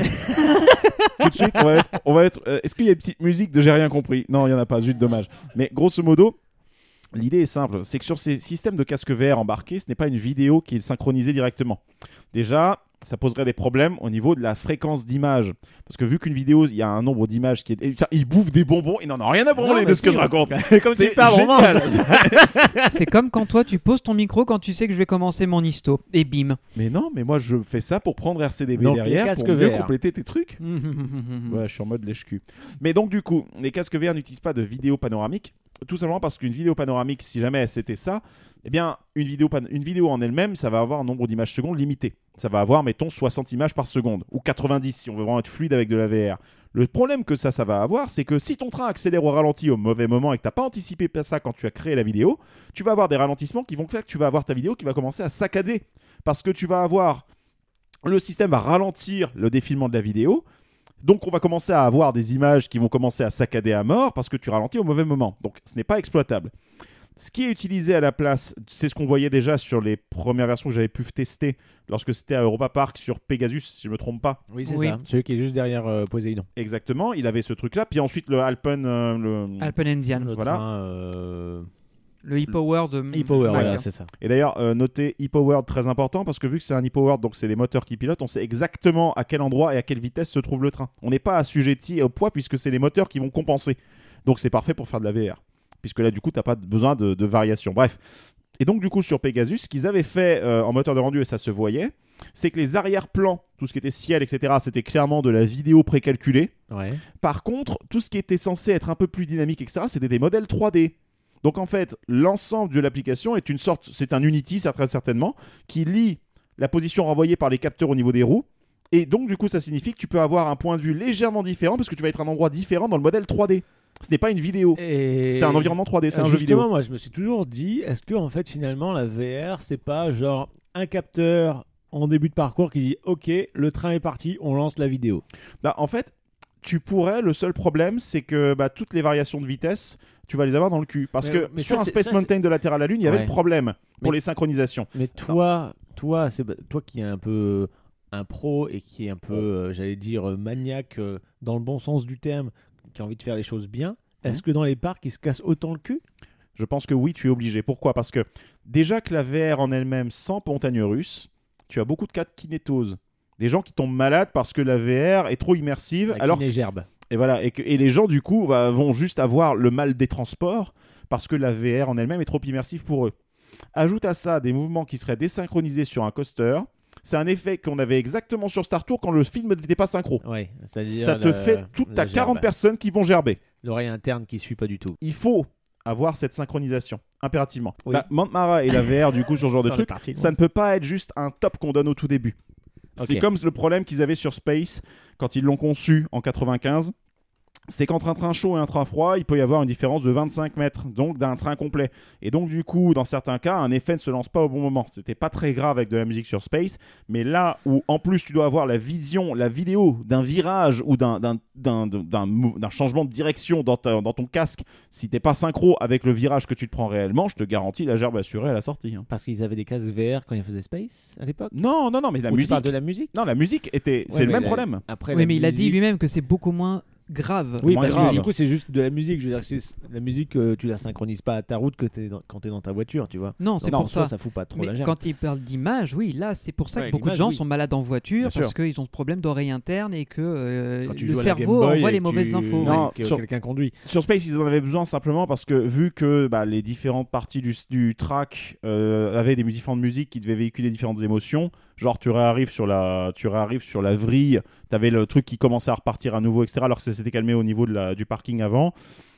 Tout de suite, on va être. Est-ce qu'il y a une petite musique de j'ai rien compris? Non, il y en a pas. Zut, dommage. Mais grosso modo, l'idée est simple. C'est que sur ces systèmes de casque VR embarqués, ce n'est pas une vidéo qui est synchronisée directement. Déjà, ça poserait des problèmes au niveau de la fréquence d'image. Parce que vu qu'une vidéo, il y a un nombre d'images qui est. Et putain, il bouffe des bonbons, il n'en a rien à branler de ce que je raconte. Comme C'est tu parles, on génial. mange. C'est comme quand toi tu poses ton micro quand tu sais que je vais commencer mon histo. Et bim. Mais non, mais moi je fais ça pour prendre RCDB Donc, les derrière casques pour mieux VR. compléter tes trucs. Ouais, je suis en mode lèche-cul. Mais donc, du coup, les casques VR n'utilisent pas de vidéo panoramique. Tout simplement parce qu'une vidéo panoramique, si jamais c'était ça, eh bien, une vidéo en elle-même, ça va avoir un nombre d'images secondes limité. Ça va avoir, mettons, 60 images par seconde, ou 90 si on veut vraiment être fluide avec de la VR. Le problème que ça va avoir, c'est que si ton train accélère au ralenti au mauvais moment et que tu n'as pas anticipé ça quand tu as créé la vidéo, tu vas avoir des ralentissements qui vont faire que tu vas avoir ta vidéo qui va commencer à saccader. Parce que tu vas avoir... Le système va ralentir le défilement de la vidéo. Donc on va commencer à avoir des images qui vont commencer à saccader à mort parce que tu ralentis au mauvais moment. Donc ce n'est pas exploitable. Ce qui est utilisé à la place, c'est ce qu'on voyait déjà sur les premières versions que j'avais pu tester lorsque c'était à Europa Park sur Pegasus, si je ne me trompe pas. Oui, c'est Oui. ça. Celui qui est juste derrière Poséidon. Exactement, il avait ce truc-là. Puis ensuite le Alpen... Alpen Indian. Le Voilà. train, Le e-power de E-Power, Mac, voilà, hein. c'est ça. Et d'ailleurs, notez e-powered, très important, parce que vu que c'est un e-powered, donc c'est des moteurs qui pilotent, on sait exactement à quel endroit et à quelle vitesse se trouve le train. On n'est pas assujetti au poids puisque c'est les moteurs qui vont compenser. Donc c'est parfait pour faire de la VR. Puisque là, du coup, tu n'as pas besoin de variation. Bref. Et donc, du coup, sur Pegasus, ce qu'ils avaient fait en moteur de rendu, et ça se voyait, c'est que les arrière-plans, tout ce qui était ciel, etc., c'était clairement de la vidéo précalculée. Ouais. Par contre, tout ce qui était censé être un peu plus dynamique, etc., c'était des modèles 3D. Donc en fait, l'ensemble de l'application est une sorte, c'est un Unity, ça très certainement, qui lie la position renvoyée par les capteurs au niveau des roues. Et donc du coup, ça signifie que tu peux avoir un point de vue légèrement différent parce que tu vas être à un endroit différent dans le modèle 3D. Ce n'est pas une vidéo, c'est un environnement 3D, c'est un jeu vidéo. Justement, moi, je me suis toujours dit, est-ce que en fait, finalement, la VR, c'est pas genre un capteur en début de parcours qui dit, ok, le train est parti, on lance la vidéo. Bah, en fait, tu pourrais. Le seul problème, c'est que toutes les variations de vitesse, tu vas les avoir dans le cul. Parce que sur un Space Mountain de la Terre à la Lune, il y avait le problème pour les synchronisations. Mais toi qui es un peu un pro et qui est un peu, j'allais dire, maniaque dans le bon sens du terme, qui a envie de faire les choses bien, est-ce que dans les parcs, ils se cassent autant le cul ? Je pense que oui, tu es obligé. Pourquoi ? Parce que déjà que la VR en elle-même, sans montagne russe, tu as beaucoup de cas de kinétose. Des gens qui tombent malades parce que la VR est trop immersive. Et voilà, et les gens du coup vont juste avoir le mal des transports parce que la VR en elle-même est trop immersive pour eux. Ajoute à ça des mouvements qui seraient désynchronisés sur un coaster. C'est un effet qu'on avait exactement sur Star Tour quand le film n'était pas synchro. Ouais, ça te fait tout à 40 personnes qui vont gerber. L'oreille interne qui suit pas du tout. Il faut avoir cette synchronisation, impérativement. Oui. Mount Mara et la VR, du coup, sur ce genre de truc, ça ne peut pas être juste un top qu'on donne au tout début. Okay. C'est comme le problème qu'ils avaient sur Space quand ils l'ont conçu en 95. C'est qu'entre un train chaud et un train froid, il peut y avoir une différence de 25 mètres, donc d'un train complet. Et donc, du coup, dans certains cas, un effet ne se lance pas au bon moment. C'était pas très grave avec de la musique sur Space, mais là où, en plus, tu dois avoir la vidéo d'un virage ou d'un changement de direction dans ton casque, si t'es pas synchro avec le virage que tu te prends réellement, je te garantis la gerbe assurée à la sortie. Hein. Parce qu'ils avaient des casques VR quand ils faisaient Space, à l'époque ? Non, mais la musique... Tu parles de la musique ? Non, la musique était... c'est le même problème. Après, mais il a dit lui-même que c'est beaucoup moins... grave. Oui, parce que du coup, c'est juste de la musique. Je veux dire, la musique, tu la synchronises pas à ta route quand t'es dans ta voiture, tu vois. Non, c'est pour ça. Ça fout pas trop la mais gerbe. quand il parle d'image, oui, là, c'est pour ça que beaucoup de gens sont malades en voiture parce qu'ils ont ce problème d'oreille interne et que le cerveau envoie les mauvaises infos. Non, quelqu'un conduit. Sur Space, ils en avaient besoin simplement parce que vu que les différentes parties du track avaient des différentes musiques qui devaient véhiculer différentes émotions, genre tu réarrives sur la vrille, t'avais le truc qui commençait à repartir à nouveau, etc. Alors que ça s'était calmé au niveau du parking avant.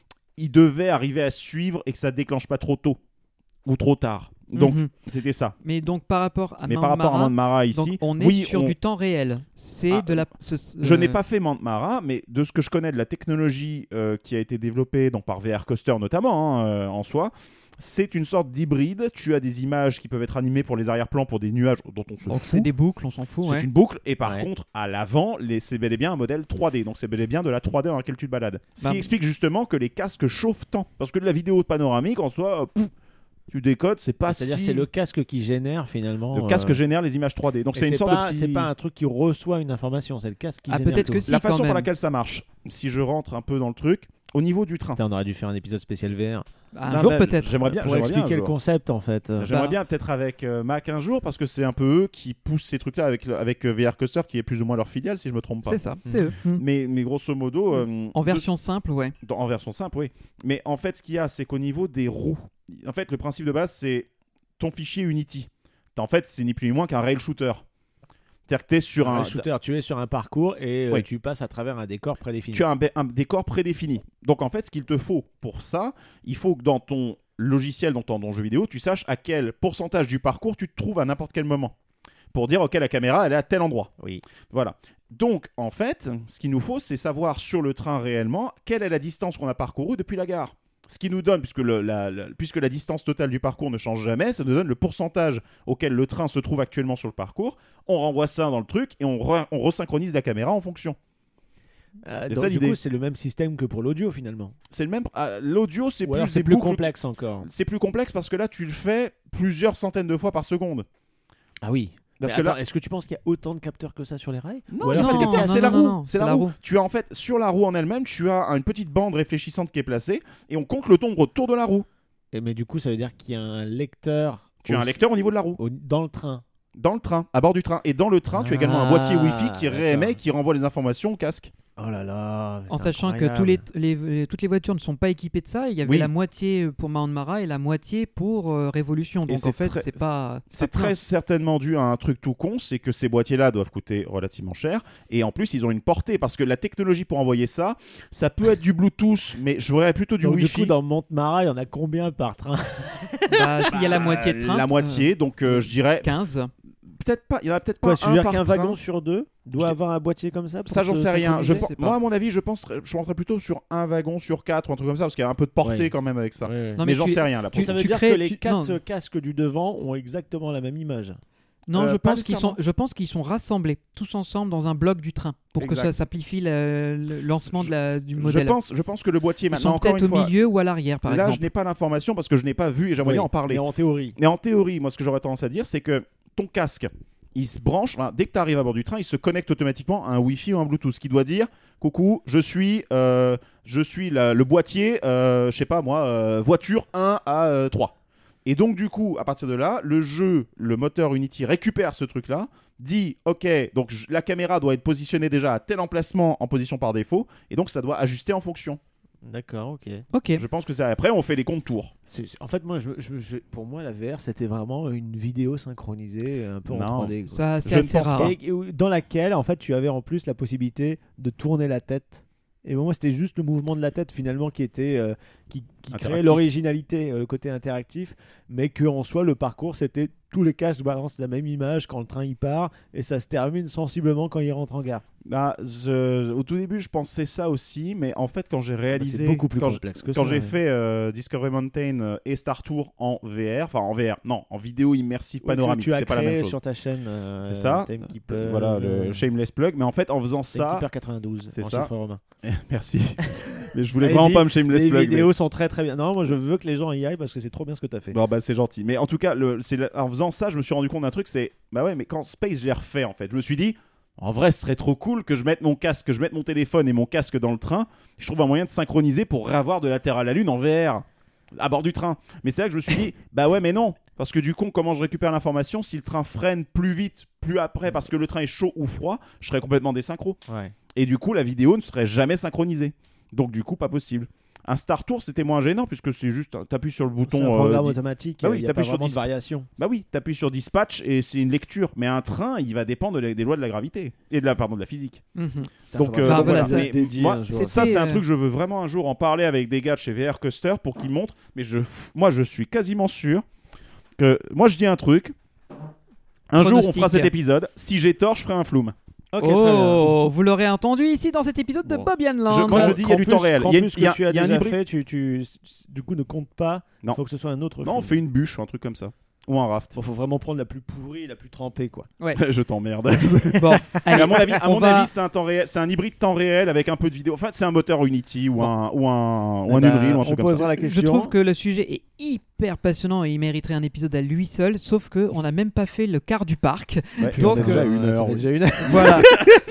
Il devait arriver à suivre et que ça déclenche pas trop tôt ou trop tard. Donc c'était ça. Mais donc par rapport à Mount Mara ici, donc on est sur du temps réel. C'est Je n'ai pas fait Mount Mara, mais de ce que je connais de la technologie qui a été développée donc par VR Coaster notamment en soi. C'est une sorte d'hybride. Tu as des images qui peuvent être animées pour les arrière-plans, pour des nuages dont on se fout. C'est des boucles, on s'en fout. C'est une boucle. Et par contre, à l'avant, c'est bel et bien un modèle 3D. Donc c'est bel et bien de la 3D dans laquelle tu te balades. Ce qui explique justement que les casques chauffent tant. Parce que de la vidéo panoramique, en soi, tu décodes, c'est pas C'est-à-dire c'est le casque qui génère finalement. Le casque génère les images 3D. Donc c'est une sorte de petit... C'est pas un truc qui reçoit une information, c'est le casque qui génère peut-être tout. Que si, la façon pour laquelle ça marche, si je rentre un peu dans le truc, au niveau du train. On aurait dû faire un épisode spécial VR. Un jour peut-être. J'aimerais bien. Pour expliquer le concept en fait. J'aimerais bien peut-être avec Mac un jour parce que c'est un peu eux qui poussent ces trucs-là avec VR Coaster qui est plus ou moins leur filiale si je me trompe pas. C'est ça, c'est eux. Mais grosso modo. En version simple, ouais. En version simple, oui. Mais en fait, ce qu'il y a, c'est qu'au niveau des roues, en fait, le principe de base, c'est ton fichier Unity. En fait, c'est ni plus ni moins qu'un rail shooter. C'est-à-dire que tu es sur un shooter, tu es sur un parcours et tu passes à travers un décor prédéfini. Tu as un décor prédéfini. Donc en fait, ce qu'il te faut pour ça, il faut que dans ton logiciel, dans ton jeu vidéo, tu saches à quel pourcentage du parcours tu te trouves à n'importe quel moment. Pour dire, ok, la caméra, elle est à tel endroit. Oui. Voilà. Donc en fait, ce qu'il nous faut, c'est savoir sur le train réellement quelle est la distance qu'on a parcourue depuis la gare. Ce qui nous donne, puisque la distance totale du parcours ne change jamais, ça nous donne le pourcentage auquel le train se trouve actuellement sur le parcours. On renvoie ça dans le truc et on resynchronise la caméra en fonction. Donc, du coup, c'est le même système que pour l'audio finalement. C'est le même. L'audio, c'est plus complexe encore. C'est plus complexe parce que là, tu le fais plusieurs centaines de fois par seconde. Ah oui. Parce que est-ce que tu penses qu'il y a autant de capteurs que ça sur les rails ? Non, c'est la roue. C'est la roue. Tu as en fait sur la roue en elle-même, tu as une petite bande réfléchissante qui est placée et on compte le nombre autour de la roue. Mais du coup, ça veut dire qu'il y a un lecteur. Tu as un lecteur au niveau de la roue. Dans le train. Dans le train, à bord du train. Et dans le train, tu as également un boîtier Wi-Fi qui réémet, d'accord. qui renvoie les informations au casque. Oh là là. En c'est sachant que incroyable. toutes les voitures ne sont pas équipées de ça, il y avait Oui. la moitié pour Mount Mara et la moitié pour Révolution. Donc c'est en fait, très- c'est pas. C'est très certainement dû à un truc tout con, c'est que ces boîtiers-là doivent coûter relativement cher. Et en plus, ils ont une portée, parce que la technologie pour envoyer ça peut être du Bluetooth, mais je voudrais plutôt du Donc, Wi-Fi. du coup, dans Montmartre, il y en a combien par train? Bah, s'il y a la moitié de train. La moitié, donc je dirais 15. peut-être pas. Il y en a peut-être Quoi, pas tu veux un dire par qu'un train. wagon sur deux doit Je- avoir un boîtier comme ça pour Ça, j'en te sais rien. synchroniser sais pas. Moi, à mon avis, je rentrerais plutôt sur un wagon sur 4 ou un truc comme ça, parce qu'il y a un peu de portée Ouais. quand même avec ça. Ouais, ouais. Non, mais j'en tu- sais rien là. pour tu- ça. Ça veut dire crées- que les tu- 4 non. casques du devant ont exactement la même image. Non, Pas je nécessairement. pense qu'ils sont rassemblés tous ensemble dans un bloc du train pour que Exact. ça simplifie le lancement du Je modèle. pense que le boîtier Ils maintenant, sont encore peut-être une au fois, milieu ou à l'arrière, par là, exemple. je n'ai pas l'information parce que je n'ai pas vu et j'aimerais bien en parler. Mais en théorie. Mais en théorie, moi, ce que j'aurais tendance à dire, c'est que ton casque, il se branche, enfin, dès que tu arrives à bord du train, il se connecte automatiquement à un Wi-Fi ou un Bluetooth qui doit dire coucou, je suis le boîtier, je sais pas moi, voiture 1 à 3. Et donc, du coup, à partir de là, le moteur Unity récupère ce truc-là, dit ok, donc la caméra doit être positionnée déjà à tel emplacement en position par défaut, et donc ça doit ajuster en fonction. D'accord, ok. Ok. Je pense que c'est après, on fait les contours. En fait, moi, pour moi, la VR, c'était vraiment une vidéo synchronisée un peu en Non, 3D. quoi. Ça, Je c'est ne assez pense rare. pas. Et dans laquelle, en fait, tu avais en plus la possibilité de tourner la tête. Et moi, c'était juste le mouvement de la tête finalement qui était qui créait Interactif. l'originalité, le côté interactif, mais que en soi, le parcours, c'était tous les casques balancent la même image quand le train y part, et ça se termine sensiblement quand il rentre en gare. Bah, au tout début, je pensais ça aussi, mais en fait, quand j'ai réalisé, C'est beaucoup plus quand complexe que quand ça. j'ai ouais. fait Discovery Mountain et Star Tour en VR, enfin en VR, non, en vidéo immersive Ouais, panoramique, tu as c'est pas la créé même chose. sur ta chaîne. C'est ça. Timekeeper, Voilà, le shameless plug. Mais en fait, en faisant ça, Timekeeper 92. c'est en ça. chiffre romain. merci. Mais je voulais Allez-y, vraiment pas me shameless Les plug. vidéos sont très très bien. Non, moi je veux que les gens y aillent parce que c'est trop bien ce que tu as fait. Bon, bah, c'est gentil. Mais en tout cas, en faisant ça, je me suis rendu compte d'un truc, c'est bah ouais, mais quand Space, je l'ai refait en fait. Je me suis dit, en vrai, ce serait trop cool que je mette mon casque, que je mette mon téléphone et mon casque dans le train. Je trouve un moyen de synchroniser pour réavoir de la Terre à la Lune en VR à bord du train. Mais c'est là que je me suis dit, bah ouais, mais non. Parce que du coup, comment je récupère l'information si le train freine plus vite, plus après, parce que le train est chaud ou froid, je serais complètement désynchro. Ouais. Et du coup, la vidéo ne serait jamais synchronisée. Donc du coup, pas possible. Un Star Tour, c'était moins gênant puisque c'est juste, t'appuies sur le bouton. C'est un programme di- automatique. Bah oui, il y a pas t'appuies sur vraiment de 10. variation. Bah oui, t'appuies sur dispatch et c'est une lecture. Mais un train, il va dépendre des lois de la gravité et de la physique. Mhm. Donc Faudra voilà, faire un mais dédié moi, un jour. ça c'est un C'était, truc que je veux vraiment un jour en parler avec des gars de chez VR Custer pour qu'ils montrent. Mais moi, je suis quasiment sûr que moi, je dis un truc. Un jour, on Pronostic. fera cet épisode. Si j'ai tort, je ferai un floum. Ok, très bien. Oh, vous l'aurez entendu ici dans cet épisode de Bon. Bobby Land. Moi, je dis il y a du temps réel. En Il y a plus il y a- que tu as il y a un déjà hybride. fait, tu du coup ne compte pas. Non. Il faut que ce soit un autre. Non, on film. fait une bûche, un truc comme ça. Ou un raft. Bon, faut vraiment prendre la plus pourrie, la plus trempée, quoi. Je t'emmerde. Bon, allez, à mon avis, on va- c'est un temps réel, c'est un hybride temps réel avec un peu de vidéo. Enfin, c'est un moteur Unity ou un Eh ben, Unreal ou un on truc comme posera ça. la Je question. trouve que le sujet est hyper passionnant et il mériterait un épisode à lui seul, sauf qu'on n'a même pas fait le quart du parc. Ouais, Donc, on a déjà Euh, une ça heure. fait oui. déjà une heure. Voilà.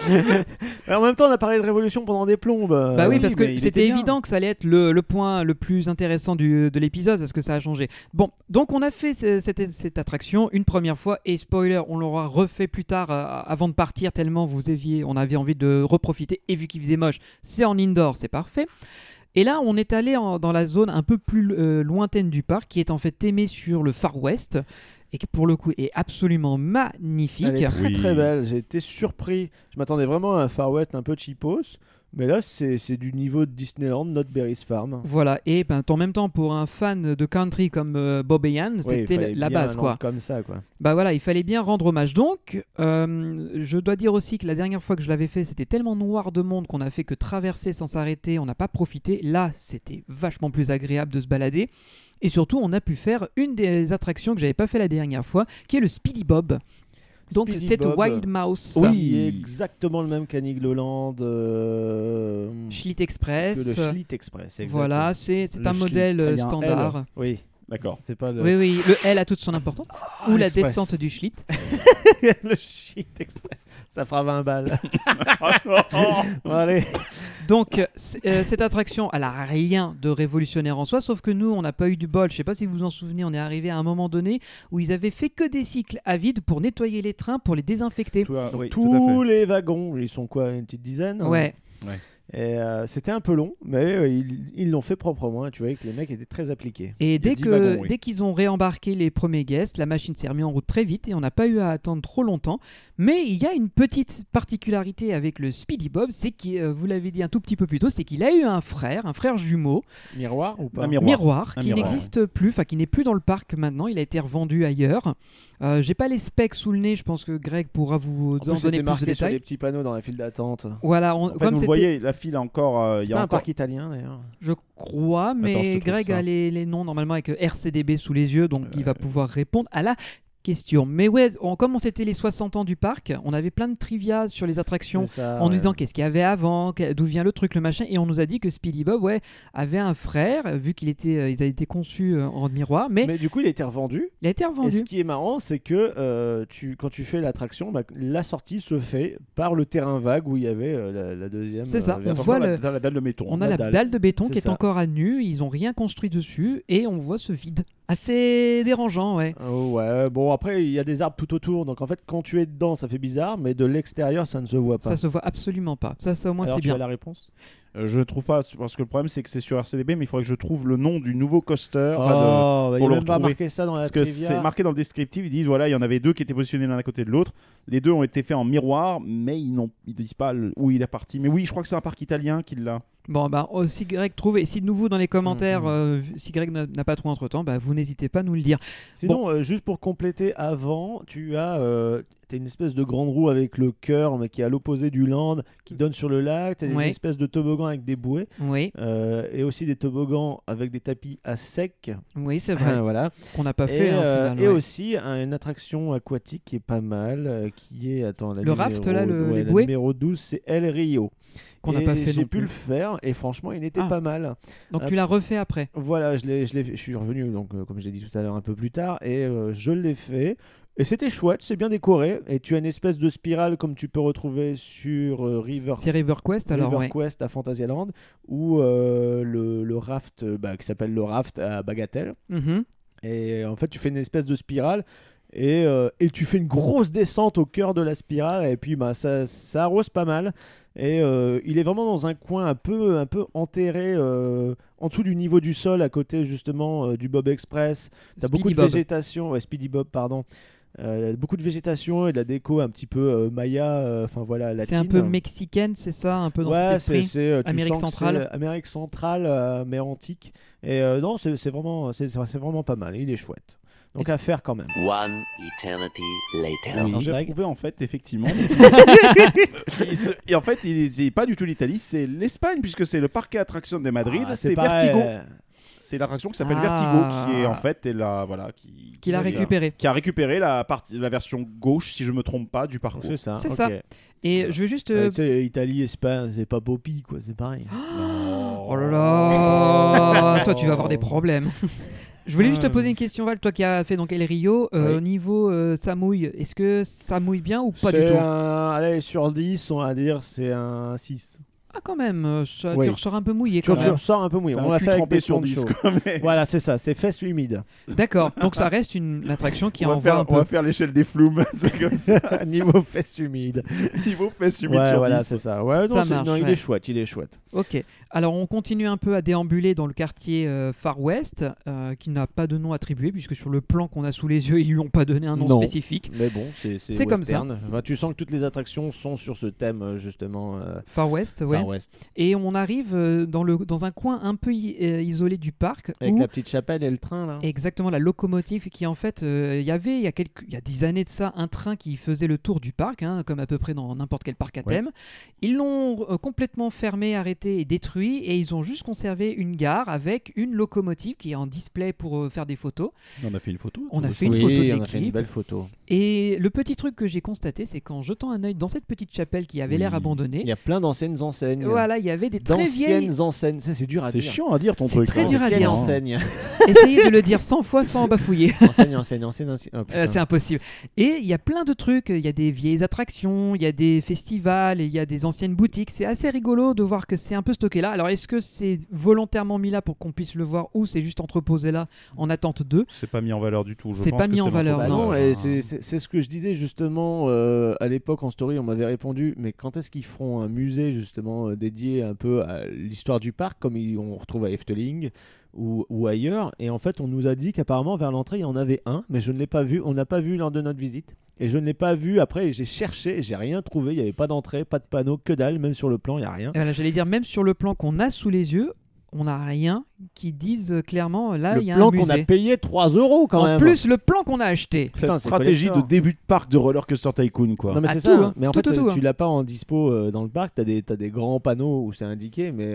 En même temps, on a parlé de révolution pendant des plombes. Bah oui, oui, parce mais que il c'était était bien. évident que ça allait être le point le plus intéressant de l'épisode parce que ça a changé. Bon, donc on a fait cette attraction une première fois et spoiler, on l'aura refait plus tard avant de partir tellement on avait envie de reprofiter et vu qu'il faisait moche, c'est en indoor, c'est parfait. Et là, on est allé dans la zone un peu plus lointaine du parc qui est en fait aimée sur le Far West et qui pour le coup est absolument magnifique. Elle est très Oui. très belle. J'ai été surpris. Je m'attendais vraiment à un Far West un peu cheapos. Mais là, c'est du niveau de Disneyland, not Berry's Farm. Voilà, et en même temps, pour un fan de country comme Bob et Ian, Oui, il c'était fallait la bien base, un quoi. nom comme ça, quoi. Bah voilà, il fallait bien rendre hommage. Donc, je dois dire aussi que la dernière fois que je l'avais fait, c'était tellement noir de monde qu'on a fait que traverser sans s'arrêter, on n'a pas profité. Là, c'était vachement plus agréable de se balader. Et surtout, on a pu faire une des attractions que j'avais pas fait la dernière fois, qui est le Speedy Bob. Donc, Speedy c'est Bob. Wild Mouse. Oui, exactement le même qu'Anigloland. Schlitt Express. Que le Schlitt Express. exactement. Voilà, c'est Le un Schlitt, modèle il y a un standard. Oui. D'accord. C'est pas le... Oui, oui, le L a toute son importance. Ou la Express. descente du Schlitt. le shit express. Ça fera 20 balles. Bon, allez. Donc, cette attraction, elle a rien de révolutionnaire en soi, sauf que nous, on n'a pas eu du bol. Je sais pas si vous vous en souvenez, on est arrivé à un moment donné où ils avaient fait que des cycles à vide pour nettoyer les trains, pour les désinfecter. Tous les wagons, ils sont quoi, une petite dizaine? Ouais. Et c'était un peu long, mais ils l'ont fait proprement. Tu vois que les mecs étaient très appliqués. Et dès 10 wagons, oui. qu'ils ont réembarqué les premiers guests, la machine s'est remise en route très vite et on n'a pas eu à attendre trop longtemps. Mais il y a une petite particularité avec le Speedy Bob, c'est que vous l'avez dit un tout petit peu plus tôt, c'est qu'il a eu un frère jumeau, Miroir ou pas? Un miroir, Un qui miroir, n'existe plus, enfin qui n'est plus dans le parc maintenant. Il a été revendu ailleurs. J'ai pas les specs sous le nez. Je pense que Greg pourra vous En en plus, donner c'était plus de marqué sur détails. les petits panneaux dans la file d'attente. Voilà, En fait, comme vous c'était, voyez, la file a encore. Il C'est y a pas un encore. parc italien d'ailleurs. je crois, mais Attends, je te trouve Greg ça. a les noms normalement avec RCDB sous les yeux, donc il va pouvoir répondre à la question. Mais ouais, comme on c'était les 60 ans du parc, on avait plein de trivia sur les attractions. C'est ça, En nous ouais. disant qu'est-ce qu'il y avait avant, d'où vient le truc, le machin, et on nous a dit que Speedy Bob avait un frère, vu qu'ils avaient été conçus en miroir, mais Mais du coup, il a été revendu. il a été Et revendu. ce qui est marrant, c'est que quand tu fais l'attraction, la sortie se fait par le terrain vague où il y avait la deuxième. C'est ça, on version. voit Dans la dalle de béton. On a la la dalle. dalle de béton C'est qui est ça. encore à nu, ils ont rien construit dessus, et on voit ce vide. Assez dérangeant, ouais. Ouais, bon après il y a des arbres tout autour, donc en fait quand tu es dedans ça fait bizarre, mais de l'extérieur ça ne se voit pas. Ça se voit absolument pas. Ça au moins Alors c'est tu bien. as la réponse? Je ne trouve pas, parce que le problème c'est que c'est sur RCDB, mais il faudrait que je trouve le nom du nouveau coaster. Oh, enfin, il pour a le même pas retrouver. marqué ça dans la Parce que trivia. c'est marqué dans le descriptif, ils disent voilà, il y en avait deux qui étaient positionnés l'un à côté de l'autre. Les deux ont été faits en miroir, mais ils disent pas où il est parti. Mais oui, je crois que c'est un parc italien qui l'a. Bon, si Greg trouve, et si de nouveau dans les commentaires, si Greg n'a pas trouvé entre temps, vous n'hésitez pas à nous le dire. Sinon, juste pour compléter, avant, tu as t'as une espèce de grande roue avec le cœur, mais qui est à l'opposé du land, qui donne sur le lac. Tu as des Ouais. espèces de toboggans avec des bouées, Oui, et aussi des toboggans avec des tapis à sec. oui, c'est vrai. Voilà. Qu'on n'a pas Et, fait. Au final, et ouais. aussi une attraction aquatique qui est pas mal, qui est Le raft, là, les la bouées numéro 12, c'est El Rio. Qu'on n'a Et pas fait j'ai non pu plus. le faire et franchement il était Ah. pas mal. Donc tu l'as refait après. Voilà, je suis revenu donc comme je l'ai dit tout à l'heure un peu plus tard et je l'ai fait. Et c'était chouette, c'est bien décoré. Et tu as une espèce de spirale comme tu peux retrouver sur C'est River Quest alors, River ouais. Quest à Fantasyland ou le raft qui s'appelle le raft à Bagatelle. Mhm. Et en fait, tu fais une espèce de spirale et tu fais une grosse descente au cœur de la spirale et puis ça arrose pas mal. Et il est vraiment dans un coin un peu enterré en dessous du niveau du sol à côté justement du Bob Express. T'as beaucoup de Bob. végétation, ouais, Speedy Bob pardon. Beaucoup de végétation et de la déco un petit peu maya, enfin voilà, latine. C'est un peu mexicaine, c'est ça, un peu dans Ouais, cet esprit. tu Amérique sens que centrale. c'est Amérique centrale, mais antique. Et non, c'est vraiment pas mal. Il est chouette. Donc à faire quand même. One eternity later. Oui. Alors, j'ai Greg. trouvé en fait effectivement. Et en fait, c'est pas du tout l'Italie, c'est l'Espagne puisque c'est le Parque Attraction de Madrid. Ah, c'est pas, Vertigo. C'est l'attraction qui s'appelle Ah. Vertigo, qui est en fait Qu'il a récupéré. Qui a récupéré la version gauche, si je me trompe pas, du parcours. C'est ça. C'est ok. ça. Et je veux juste. Ouais, tu sais, Italie, Espagne, c'est pas Poppy, quoi, c'est pareil. Oh là là. Toi, tu vas avoir des problèmes. Je voulais juste te poser une question, Val, toi qui as fait donc El Rio, Oui. au niveau ça mouille, est-ce que ça mouille bien ou pas du C'est tout allez, sur 10, on va dire, c'est un 6. Ah quand même, Oui. tu ressors un peu mouillé Tu quand même. ressors un peu mouillé. C'est On un l'a cul fait avec trempé des sur ponchos. 10. quoi, mais- Voilà, c'est ça, c'est fesses humides. D'accord, donc ça reste une attraction qui on envoie un on peu. va faire l'échelle des flumes. C'est comme ça. Niveau fesses humides. Niveau fesses humides Ouais, sur voilà, 10. c'est ça. Ouais, Ça non, marche, non, il ouais. est chouette, il est chouette. Ok, alors on continue un peu à déambuler dans le quartier Far West, qui n'a pas de nom attribué, puisque sur le plan qu'on a sous les yeux, ils lui ont pas donné un nom Non. spécifique. Mais bon, c'est C'est comme ça. western. Enfin, tu sens que toutes les attractions sont sur ce thème, justement, Far West, ouais. Far West. Et on arrive dans un coin un peu isolé du parc. Avec où la petite chapelle et le train, là. Exactement, la locomotive qui en fait, il y avait il y a 10 années de ça un train qui faisait le tour du parc, hein, comme à peu près dans n'importe quel parc à thème. Ils l'ont complètement fermé, arrêté et détruit et ils ont juste conservé une gare avec une locomotive qui est en display pour faire des photos. On a fait une photo. On a de fait ça. une photo de on a fait une l'équipe. belle photo. Et le petit truc que j'ai constaté, c'est qu'en jetant un œil dans cette petite chapelle qui avait l'air abandonnée, Il y a plein d'anciennes enseignes. voilà, il y avait des très vieilles... D'anciennes enseignes. Ça, c'est dur à C'est dire. chiant à dire ton C'est truc. très hein. dur à Anciennes dire. enseignes. Essayez de le dire 100 fois sans bafouiller. Enseigne. Oh, putain. C'est impossible. Et il y a plein de trucs. Il y a des vieilles attractions, il y a des festivals, il y a des anciennes boutiques. C'est assez rigolo de voir que c'est un peu stocké là. Alors, est-ce que c'est volontairement mis là pour qu'on puisse le voir ou c'est juste entreposé là en attente d'eux? C'est pas mis en valeur du tout. C'est pas mis en valeur, Bah non. non, et c'est ce que je disais justement à l'époque en story, on m'avait répondu, mais quand est-ce qu'ils feront un musée justement dédié un peu à l'histoire du parc comme on retrouve à Efteling ou ailleurs? Et en fait on nous a dit qu'apparemment vers l'entrée il y en avait un, mais je ne l'ai pas vu, on n'a pas vu lors de notre visite. Et je ne l'ai pas vu après, j'ai cherché, j'ai rien trouvé, il n'y avait pas d'entrée, pas de panneau, que dalle, même sur le plan il n'y a rien. Et voilà, j'allais dire, même sur le plan qu'on a sous les yeux, on n'a rien qui dise clairement là il y a un musée. Le plan qu'on a payé 3 € quand même. En plus, le plan qu'on a acheté. Cette stratégie de début de parc de Roller Coaster Tycoon, quoi. Non mais À c'est tout, ça. hein. Mais en Tout, fait, tout, tu l'as pas en dispo dans le parc. T'as des grands panneaux où c'est indiqué, mais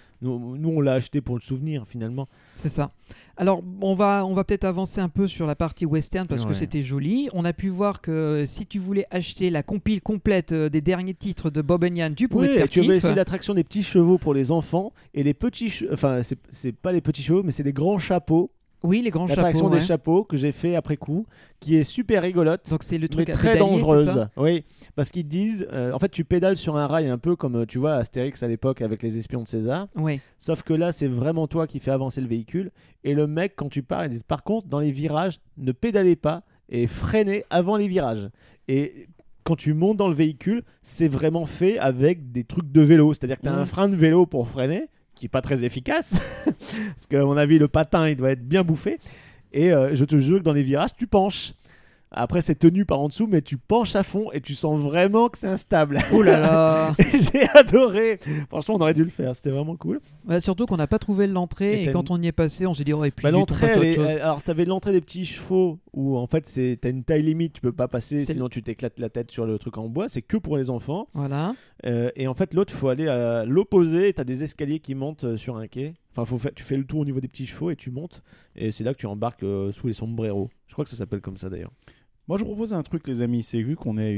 nous on l'a acheté pour le souvenir finalement. C'est ça. Alors, on va peut-être avancer un peu sur la partie western parce que Ouais. c'était joli. On a pu voir que si tu voulais acheter la compile complète des derniers titres de Bob Yann, tu pouvais Oui, te faire et tu avais kiff. aussi l'attraction des petits chevaux pour les enfants et les petits enfin c'est pas les petits chevaux mais c'est les grands chapeaux. Oui, les grands L'attraction chapeaux. des ouais. chapeaux que j'ai fait après coup, qui est super rigolote. Donc, c'est le Mais truc à très pédalier, c'est dangereuse. ça Oui, parce qu'ils disent, en fait, tu pédales sur un rail un peu comme tu vois Astérix à l'époque avec les espions de César. Oui. Sauf que là, c'est vraiment toi qui fais avancer le véhicule. Et le mec, quand tu pars, il dit par contre, dans les virages, ne pédalez pas et freinez avant les virages. Et quand tu montes dans le véhicule, c'est vraiment fait avec des trucs de vélo. C'est-à-dire que tu as un frein de vélo pour freiner, qui n'est pas très efficace. Parce qu'à mon avis, le patin, il doit être bien bouffé. Et je te jure que dans les virages, tu penches. Après, c'est tenu par en dessous, mais tu penches à fond et tu sens vraiment que c'est instable. Oh là là. Et j'ai adoré. Franchement, on aurait dû le faire. C'était vraiment cool. Ouais, surtout qu'on n'a pas trouvé l'entrée Et et t'as quand on y est passé, on s'est dit, oh, et puis Bah, zut, on l'entrée, passe à autre chose. alors t'avais l'entrée des petits chevaux où en fait t'as une taille limite, tu peux pas passer, C'est sinon tu t'éclates la tête sur le truc en bois. C'est que pour les enfants. Voilà. Et en fait, l'autre, faut aller à l'opposé. T'as des escaliers qui montent sur un quai. Enfin, tu fais le tour au niveau des petits chevaux et tu montes. Et c'est là que tu embarques sous les sombreros. Je crois que ça s'appelle comme ça d'ailleurs. Moi, je vous propose un truc, les amis. C'est vu qu'on est à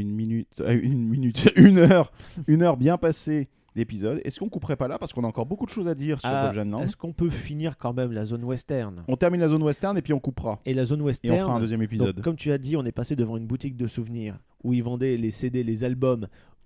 une heure bien passée d'épisode. Est-ce qu'on couperait pas là parce qu'on a encore beaucoup de choses à dire sur Bob Jann? Est-ce qu'on peut finir quand même la zone western? On termine la zone western et puis on coupera. Et la zone Et western. on fera un deuxième épisode. Donc, comme tu as dit, on est passé devant une boutique de souvenirs où ils vendaient les CD, les albums,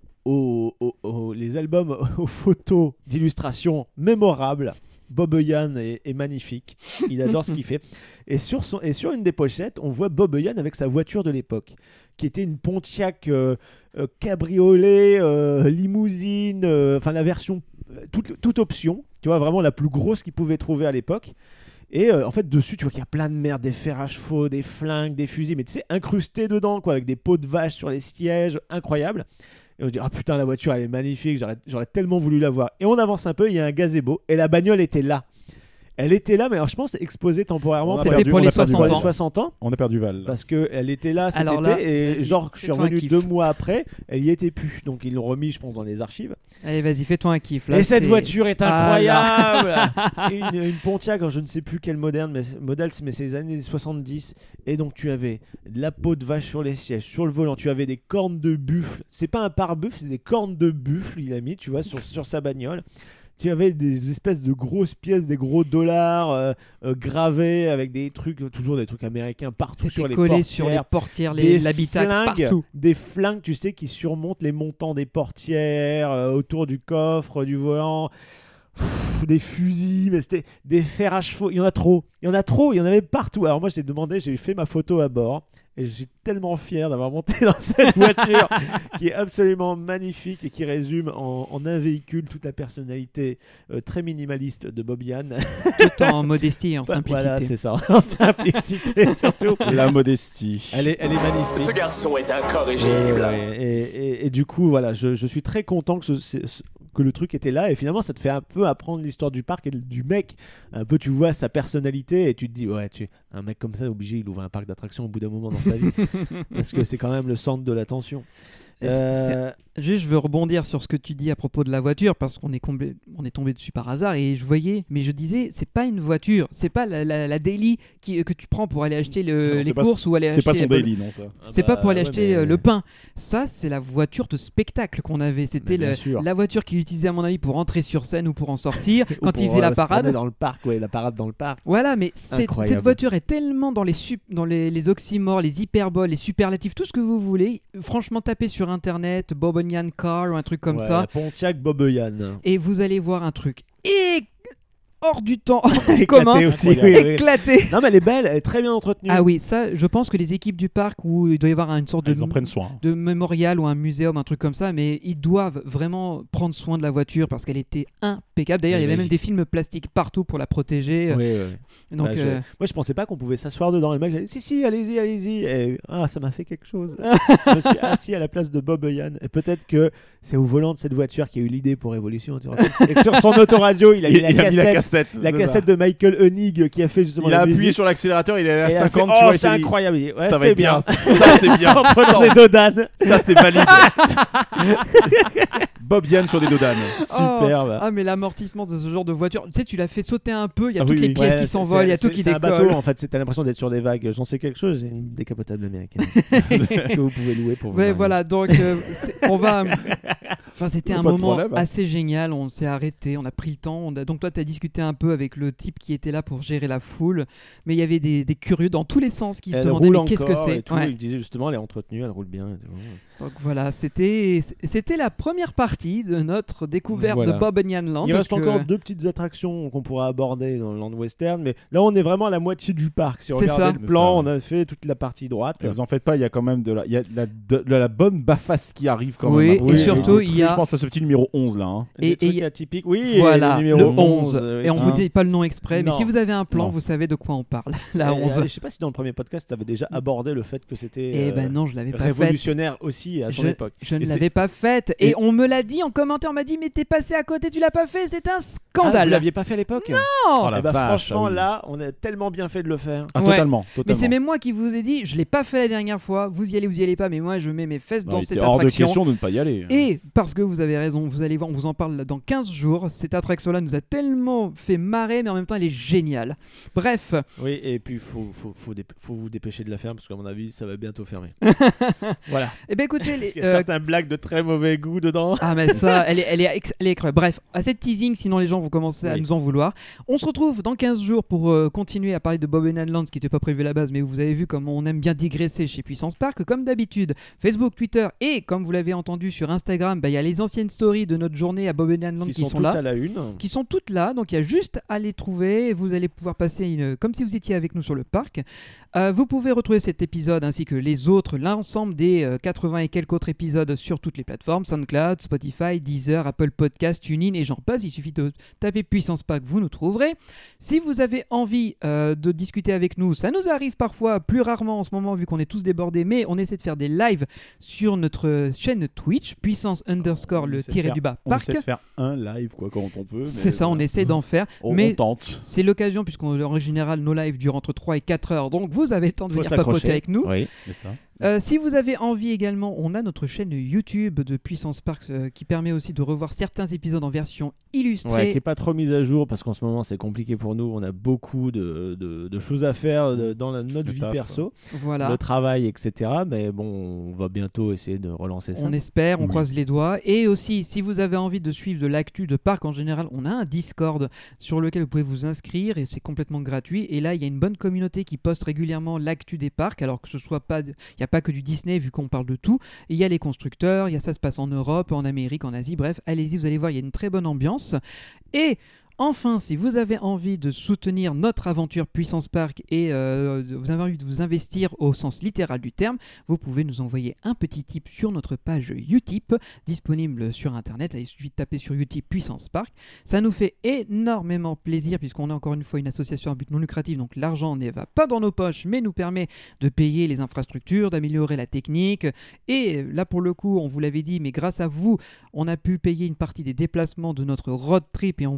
les albums aux photos d'illustrations mémorables. Bob Yann est magnifique, il adore ce qu'il fait. Et sur une des pochettes, on voit Bob Yann avec sa voiture de l'époque, qui était une Pontiac cabriolet, limousine, enfin la version toute option, tu vois, vraiment la plus grosse qu'il pouvait trouver à l'époque. Et en fait, dessus, tu vois qu'il y a plein de merde, des fers à chevaux, des flingues, des fusils, mais tu sais, incrustés dedans, quoi, avec des peaux de vache sur les sièges, incroyable. Et on se dit, ah putain, la voiture, elle est magnifique, j'aurais tellement voulu la voir. Et on avance un peu, il y a un gazebo, et la bagnole était là. Elle était là, mais alors je pense exposée temporairement. C'était pour les 60 ans. On a perdu Val. Parce qu'elle était là cet Alors été, là, et genre, je suis fais-toi un revenu kiff. 2 mois après, elle y était plus. Donc ils l'ont remis, je pense, dans les archives. Allez, vas-y, fais-toi un kiff. Là, Et cette c'est- voiture est Ah là. incroyable. une Pontiac, alors je ne sais plus quel modèle, mais c'est les années 70. Et donc tu avais de la peau de vache sur les sièges, sur le volant, tu avais des cornes de buffle. C'est pas un pare-buffle, c'est des cornes de buffle, il a mis, tu vois, sur sa bagnole. Tu avais des espèces de grosses pièces, des gros dollars gravés avec des trucs, toujours des trucs américains partout sur C'était les collé portières. sur les portières, Des l'habitacle, flingues, partout. des flingues, tu sais, qui surmontent les montants des portières, autour du coffre, du volant. Des fusils, mais c'était des fers à chevaux. Il y en a trop. Il y en avait partout. Alors moi, je t'ai demandé, j'ai fait ma photo à bord. Et je suis tellement fier d'avoir monté dans cette voiture qui est absolument magnifique et qui résume en un véhicule toute la personnalité très minimaliste de Bob Yann. Tout en modestie et en simplicité. Voilà, c'est ça. En simplicité surtout. La modestie. Elle est magnifique. Ce garçon est incorrigible. Et du coup, voilà, je suis très content que le truc était là, et finalement ça te fait un peu apprendre l'histoire du parc et du mec, un peu tu vois sa personnalité et tu te dis ouais, un mec comme ça obligé, il ouvre un parc d'attractions au bout d'un moment dans sa vie parce que c'est quand même le centre de l'attention. Juste, je veux rebondir sur ce que tu dis à propos de la voiture parce qu'on est tombé dessus par hasard et je voyais, mais je disais, c'est pas une voiture, c'est pas la daily que tu prends pour aller acheter les courses ou aller acheter. C'est pas son daily, non ça. C'est pas pour aller acheter le pain. Ça, c'est la voiture de spectacle qu'on avait. C'était la voiture qu'il utilisait à mon avis pour entrer sur scène ou pour en sortir quand il faisait la parade. Dans le parc, la parade dans le parc. Voilà, mais cette voiture est tellement dans les oxymores, les hyperboles, les superlatifs, tout ce que vous voulez. Franchement, tapez sur internet Bob Eyan Car ou un truc comme ça. Pontiac Bob Eyan. Et vous allez voir un truc hors du temps éclaté aussi. Éclaté. Non mais elle est belle, elle est très bien entretenue. Ah oui, ça, je pense que les équipes du parc où il doit y avoir une sorte ils en prennent soin. de mémorial ou un muséum, un truc comme ça, mais ils doivent vraiment prendre soin de la voiture parce qu'elle était impeccable. D'ailleurs, il y avait même des films plastiques partout pour la protéger. Oui. Donc, moi, je pensais pas qu'on pouvait s'asseoir dedans. Le mec a dit si, allez-y. Et ça m'a fait quelque chose. Je me suis assis à la place de Bob Eyan. Et peut-être que c'est au volant de cette voiture qu'il y a eu l'idée pour Révolution. Et que sur son autoradio, il a mis la cassette. La cassette de Michael Hoenig qui a fait justement. Il a appuyé sur l'accélérateur, il est à 50. Tu vois, c'est incroyable. Ça va être bien. Ça c'est bien. En prenant des dodanes. Ça c'est valide. Bob Eyan sur des dodanes. Superbe. Ah mais l'amortissement de ce genre de voiture, tu sais, tu l'as fait sauter un peu, il y a toutes les pièces qui s'envolent, il y a tout qui décolle. C'est un bateau en fait, t'as l'impression d'être sur des vagues. J'en sais quelque chose, j'ai une décapotable américaine que vous pouvez louer pour vous. Ouais, voilà, donc on va. Enfin, c'était un moment assez génial. On s'est arrêté, on a pris le temps. Donc toi, tu as discuté un peu avec le type qui était là pour gérer la foule, mais il y avait des curieux dans tous les sens qui se demandaient mais qu'est-ce que c'est. Il disait justement, elle est entretenue, elle roule bien. Donc voilà, c'était la première partie de notre découverte de Bob Eyan Land. Il reste encore 2 petites attractions qu'on pourra aborder dans le Land Western, mais là on est vraiment à la moitié du parc. Si on regarde le plan, on a fait toute la partie droite. Et vous en faites pas, il y a quand même de la bonne bafasse qui arrive quand même. Oui, et surtout il y a. Je pense à ce petit numéro 11 là. Hein. Des trucs atypiques. Oui, voilà, le numéro 11. Et on vous dit pas le nom exprès, mais si vous avez un plan, vous savez de quoi on parle. La 11. Je sais pas si dans le premier podcast tu avais déjà abordé le fait que c'était. Eh ben non, je l'avais pas fait. Révolutionnaire aussi à son époque. Je ne l'avais pas faite. Et on me l'a dit en commentaire, on m'a dit mais t'es passé à côté, tu l'as pas fait, c'est un scandale. Vous l'aviez pas fait à l'époque? Non. Oh la vache, franchement là, on a tellement bien fait de le faire. Totalement. Mais c'est même moi qui vous ai dit, je l'ai pas fait la dernière fois, vous y allez pas, mais moi je mets mes fesses dans cette attraction. Hors de question de ne pas y aller. Et parce que vous avez raison, vous allez voir, on vous en parle dans 15 jours, cette attraction-là nous a tellement fait marrer, mais en même temps elle est géniale. Bref. Oui, et puis faut vous dépêcher de la faire parce qu'à mon avis ça va bientôt fermer. Voilà. Et ben écoutez, il y a certaines blagues de très mauvais goût dedans. Ah mais ça, elle est incroyable. Bref, assez de teasing, sinon les gens vont commencer à nous en vouloir. On se retrouve dans 15 jours pour continuer à parler de Bob Eyan Land, ce qui n'était pas prévu à la base, mais vous avez vu comme on aime bien digresser chez Puissance Park. Comme d'habitude, Facebook, Twitter et comme vous l'avez entendu sur Instagram, il y a les anciennes stories de notre journée à Bob Eyan Land qui sont là. À la une. Qui sont toutes là, donc il y a juste à les trouver et vous allez pouvoir passer comme si vous étiez avec nous sur le parc. Vous pouvez retrouver cet épisode ainsi que les autres, l'ensemble des 80 et quelques autres épisodes sur toutes les plateformes, SoundCloud, Spotify, Deezer, Apple Podcasts, TuneIn et j'en passe. Il suffit de taper Puissance Park, vous nous trouverez. Si vous avez envie de discuter avec nous, ça nous arrive parfois, plus rarement en ce moment vu qu'on est tous débordés, mais on essaie de faire des lives sur notre chaîne Twitch, Puissance _ le tiré du bas Parc. On essaie de faire un live quand on peut. C'est ça, on essaie d'en faire. On tente. C'est l'occasion puisqu'en général nos lives durent entre 3 et 4 heures, donc vous avez le temps de venir papoter avec nous. Oui, c'est ça. Si vous avez envie également, on a notre chaîne YouTube de Puissance Park qui permet aussi de revoir certains épisodes en version illustrée. Qui n'est pas trop mise à jour parce qu'en ce moment c'est compliqué pour nous. On a beaucoup de choses à faire dans notre vie perso, le travail, etc. Mais bon, on va bientôt essayer de relancer ça. On espère, on croise les doigts. Et aussi, si vous avez envie de suivre de l'actu de parc en général, on a un Discord sur lequel vous pouvez vous inscrire et c'est complètement gratuit. Et là, il y a une bonne communauté qui poste régulièrement l'actu des parcs, alors que ce soit pas... Il n'y a pas que du Disney vu qu'on parle de tout. Il y a les constructeurs, ça se passe en Europe, en Amérique, en Asie, bref, allez-y, vous allez voir, il y a une très bonne ambiance. Et enfin, si vous avez envie de soutenir notre aventure Puissance Park et vous avez envie de vous investir au sens littéral du terme, vous pouvez nous envoyer un petit tip sur notre page Utip, disponible sur Internet. Il suffit de taper sur Utip Puissance Park. Ça nous fait énormément plaisir puisqu'on est encore une fois une association à but non lucratif, donc l'argent ne va pas dans nos poches, mais nous permet de payer les infrastructures, d'améliorer la technique. Et là, pour le coup, on vous l'avait dit, mais grâce à vous, on a pu payer une partie des déplacements de notre road trip et on vous sera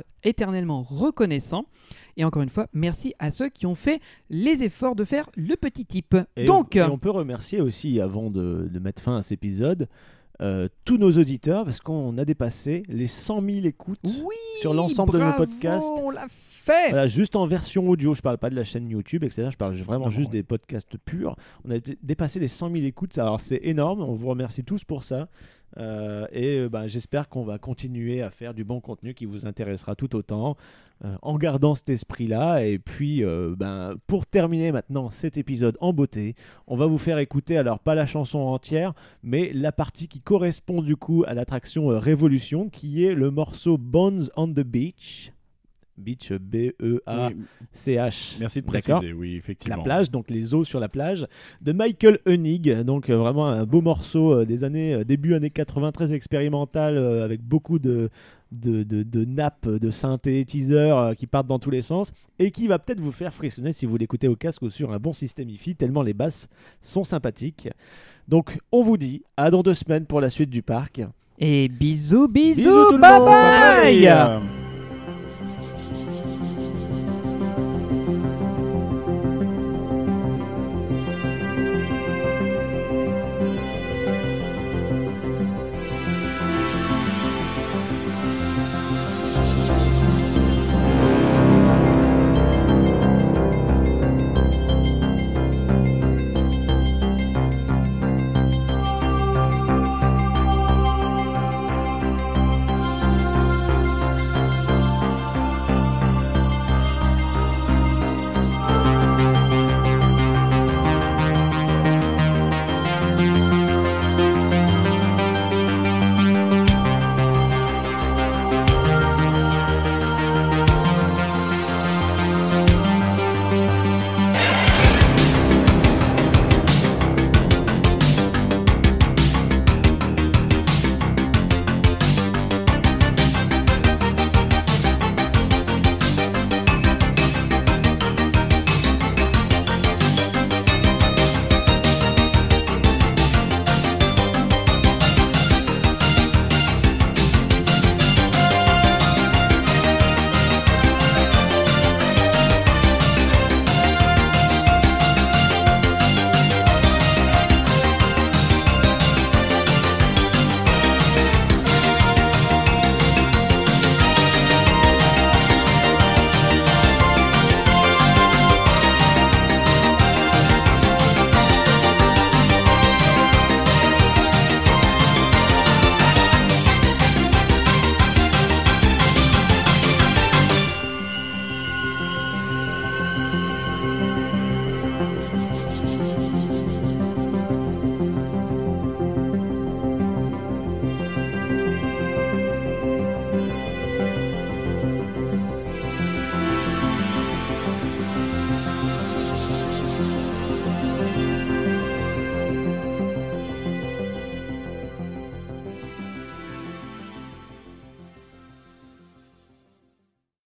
éternellement reconnaissants. Et encore une fois, merci à ceux qui ont fait les efforts de faire le petit type. Et on peut remercier aussi, avant de mettre fin à cet épisode, tous nos auditeurs, parce qu'on a dépassé les 100 000 écoutes sur l'ensemble de nos podcasts. On l'a fait. Voilà, juste en version audio, je parle pas de la chaîne YouTube, etc. Je parle vraiment juste des podcasts purs. On a dépassé les 100 000 écoutes, alors c'est énorme, on vous remercie tous pour ça. J'espère qu'on va continuer à faire du bon contenu qui vous intéressera tout autant, en gardant cet esprit-là. Et puis, pour terminer maintenant cet épisode en beauté, on va vous faire écouter, alors pas la chanson entière, mais la partie qui correspond du coup à l'attraction Révolution, qui est le morceau Bones on the Beach. Beach, B-E-A-C-H. Merci de D'accord. préciser, oui, effectivement. La plage, donc les eaux sur la plage, de Michael Hoenig. Donc vraiment un beau morceau des années, début années 93, expérimental, avec beaucoup de nappes, de synthétiseurs qui partent dans tous les sens, et qui va peut-être vous faire frissonner si vous l'écoutez au casque ou sur un bon système hi-fi, tellement les basses sont sympathiques. Donc on vous dit à dans 2 semaines pour la suite du parc. Et bisous, Bisous tout le bye monde. bye. Bye.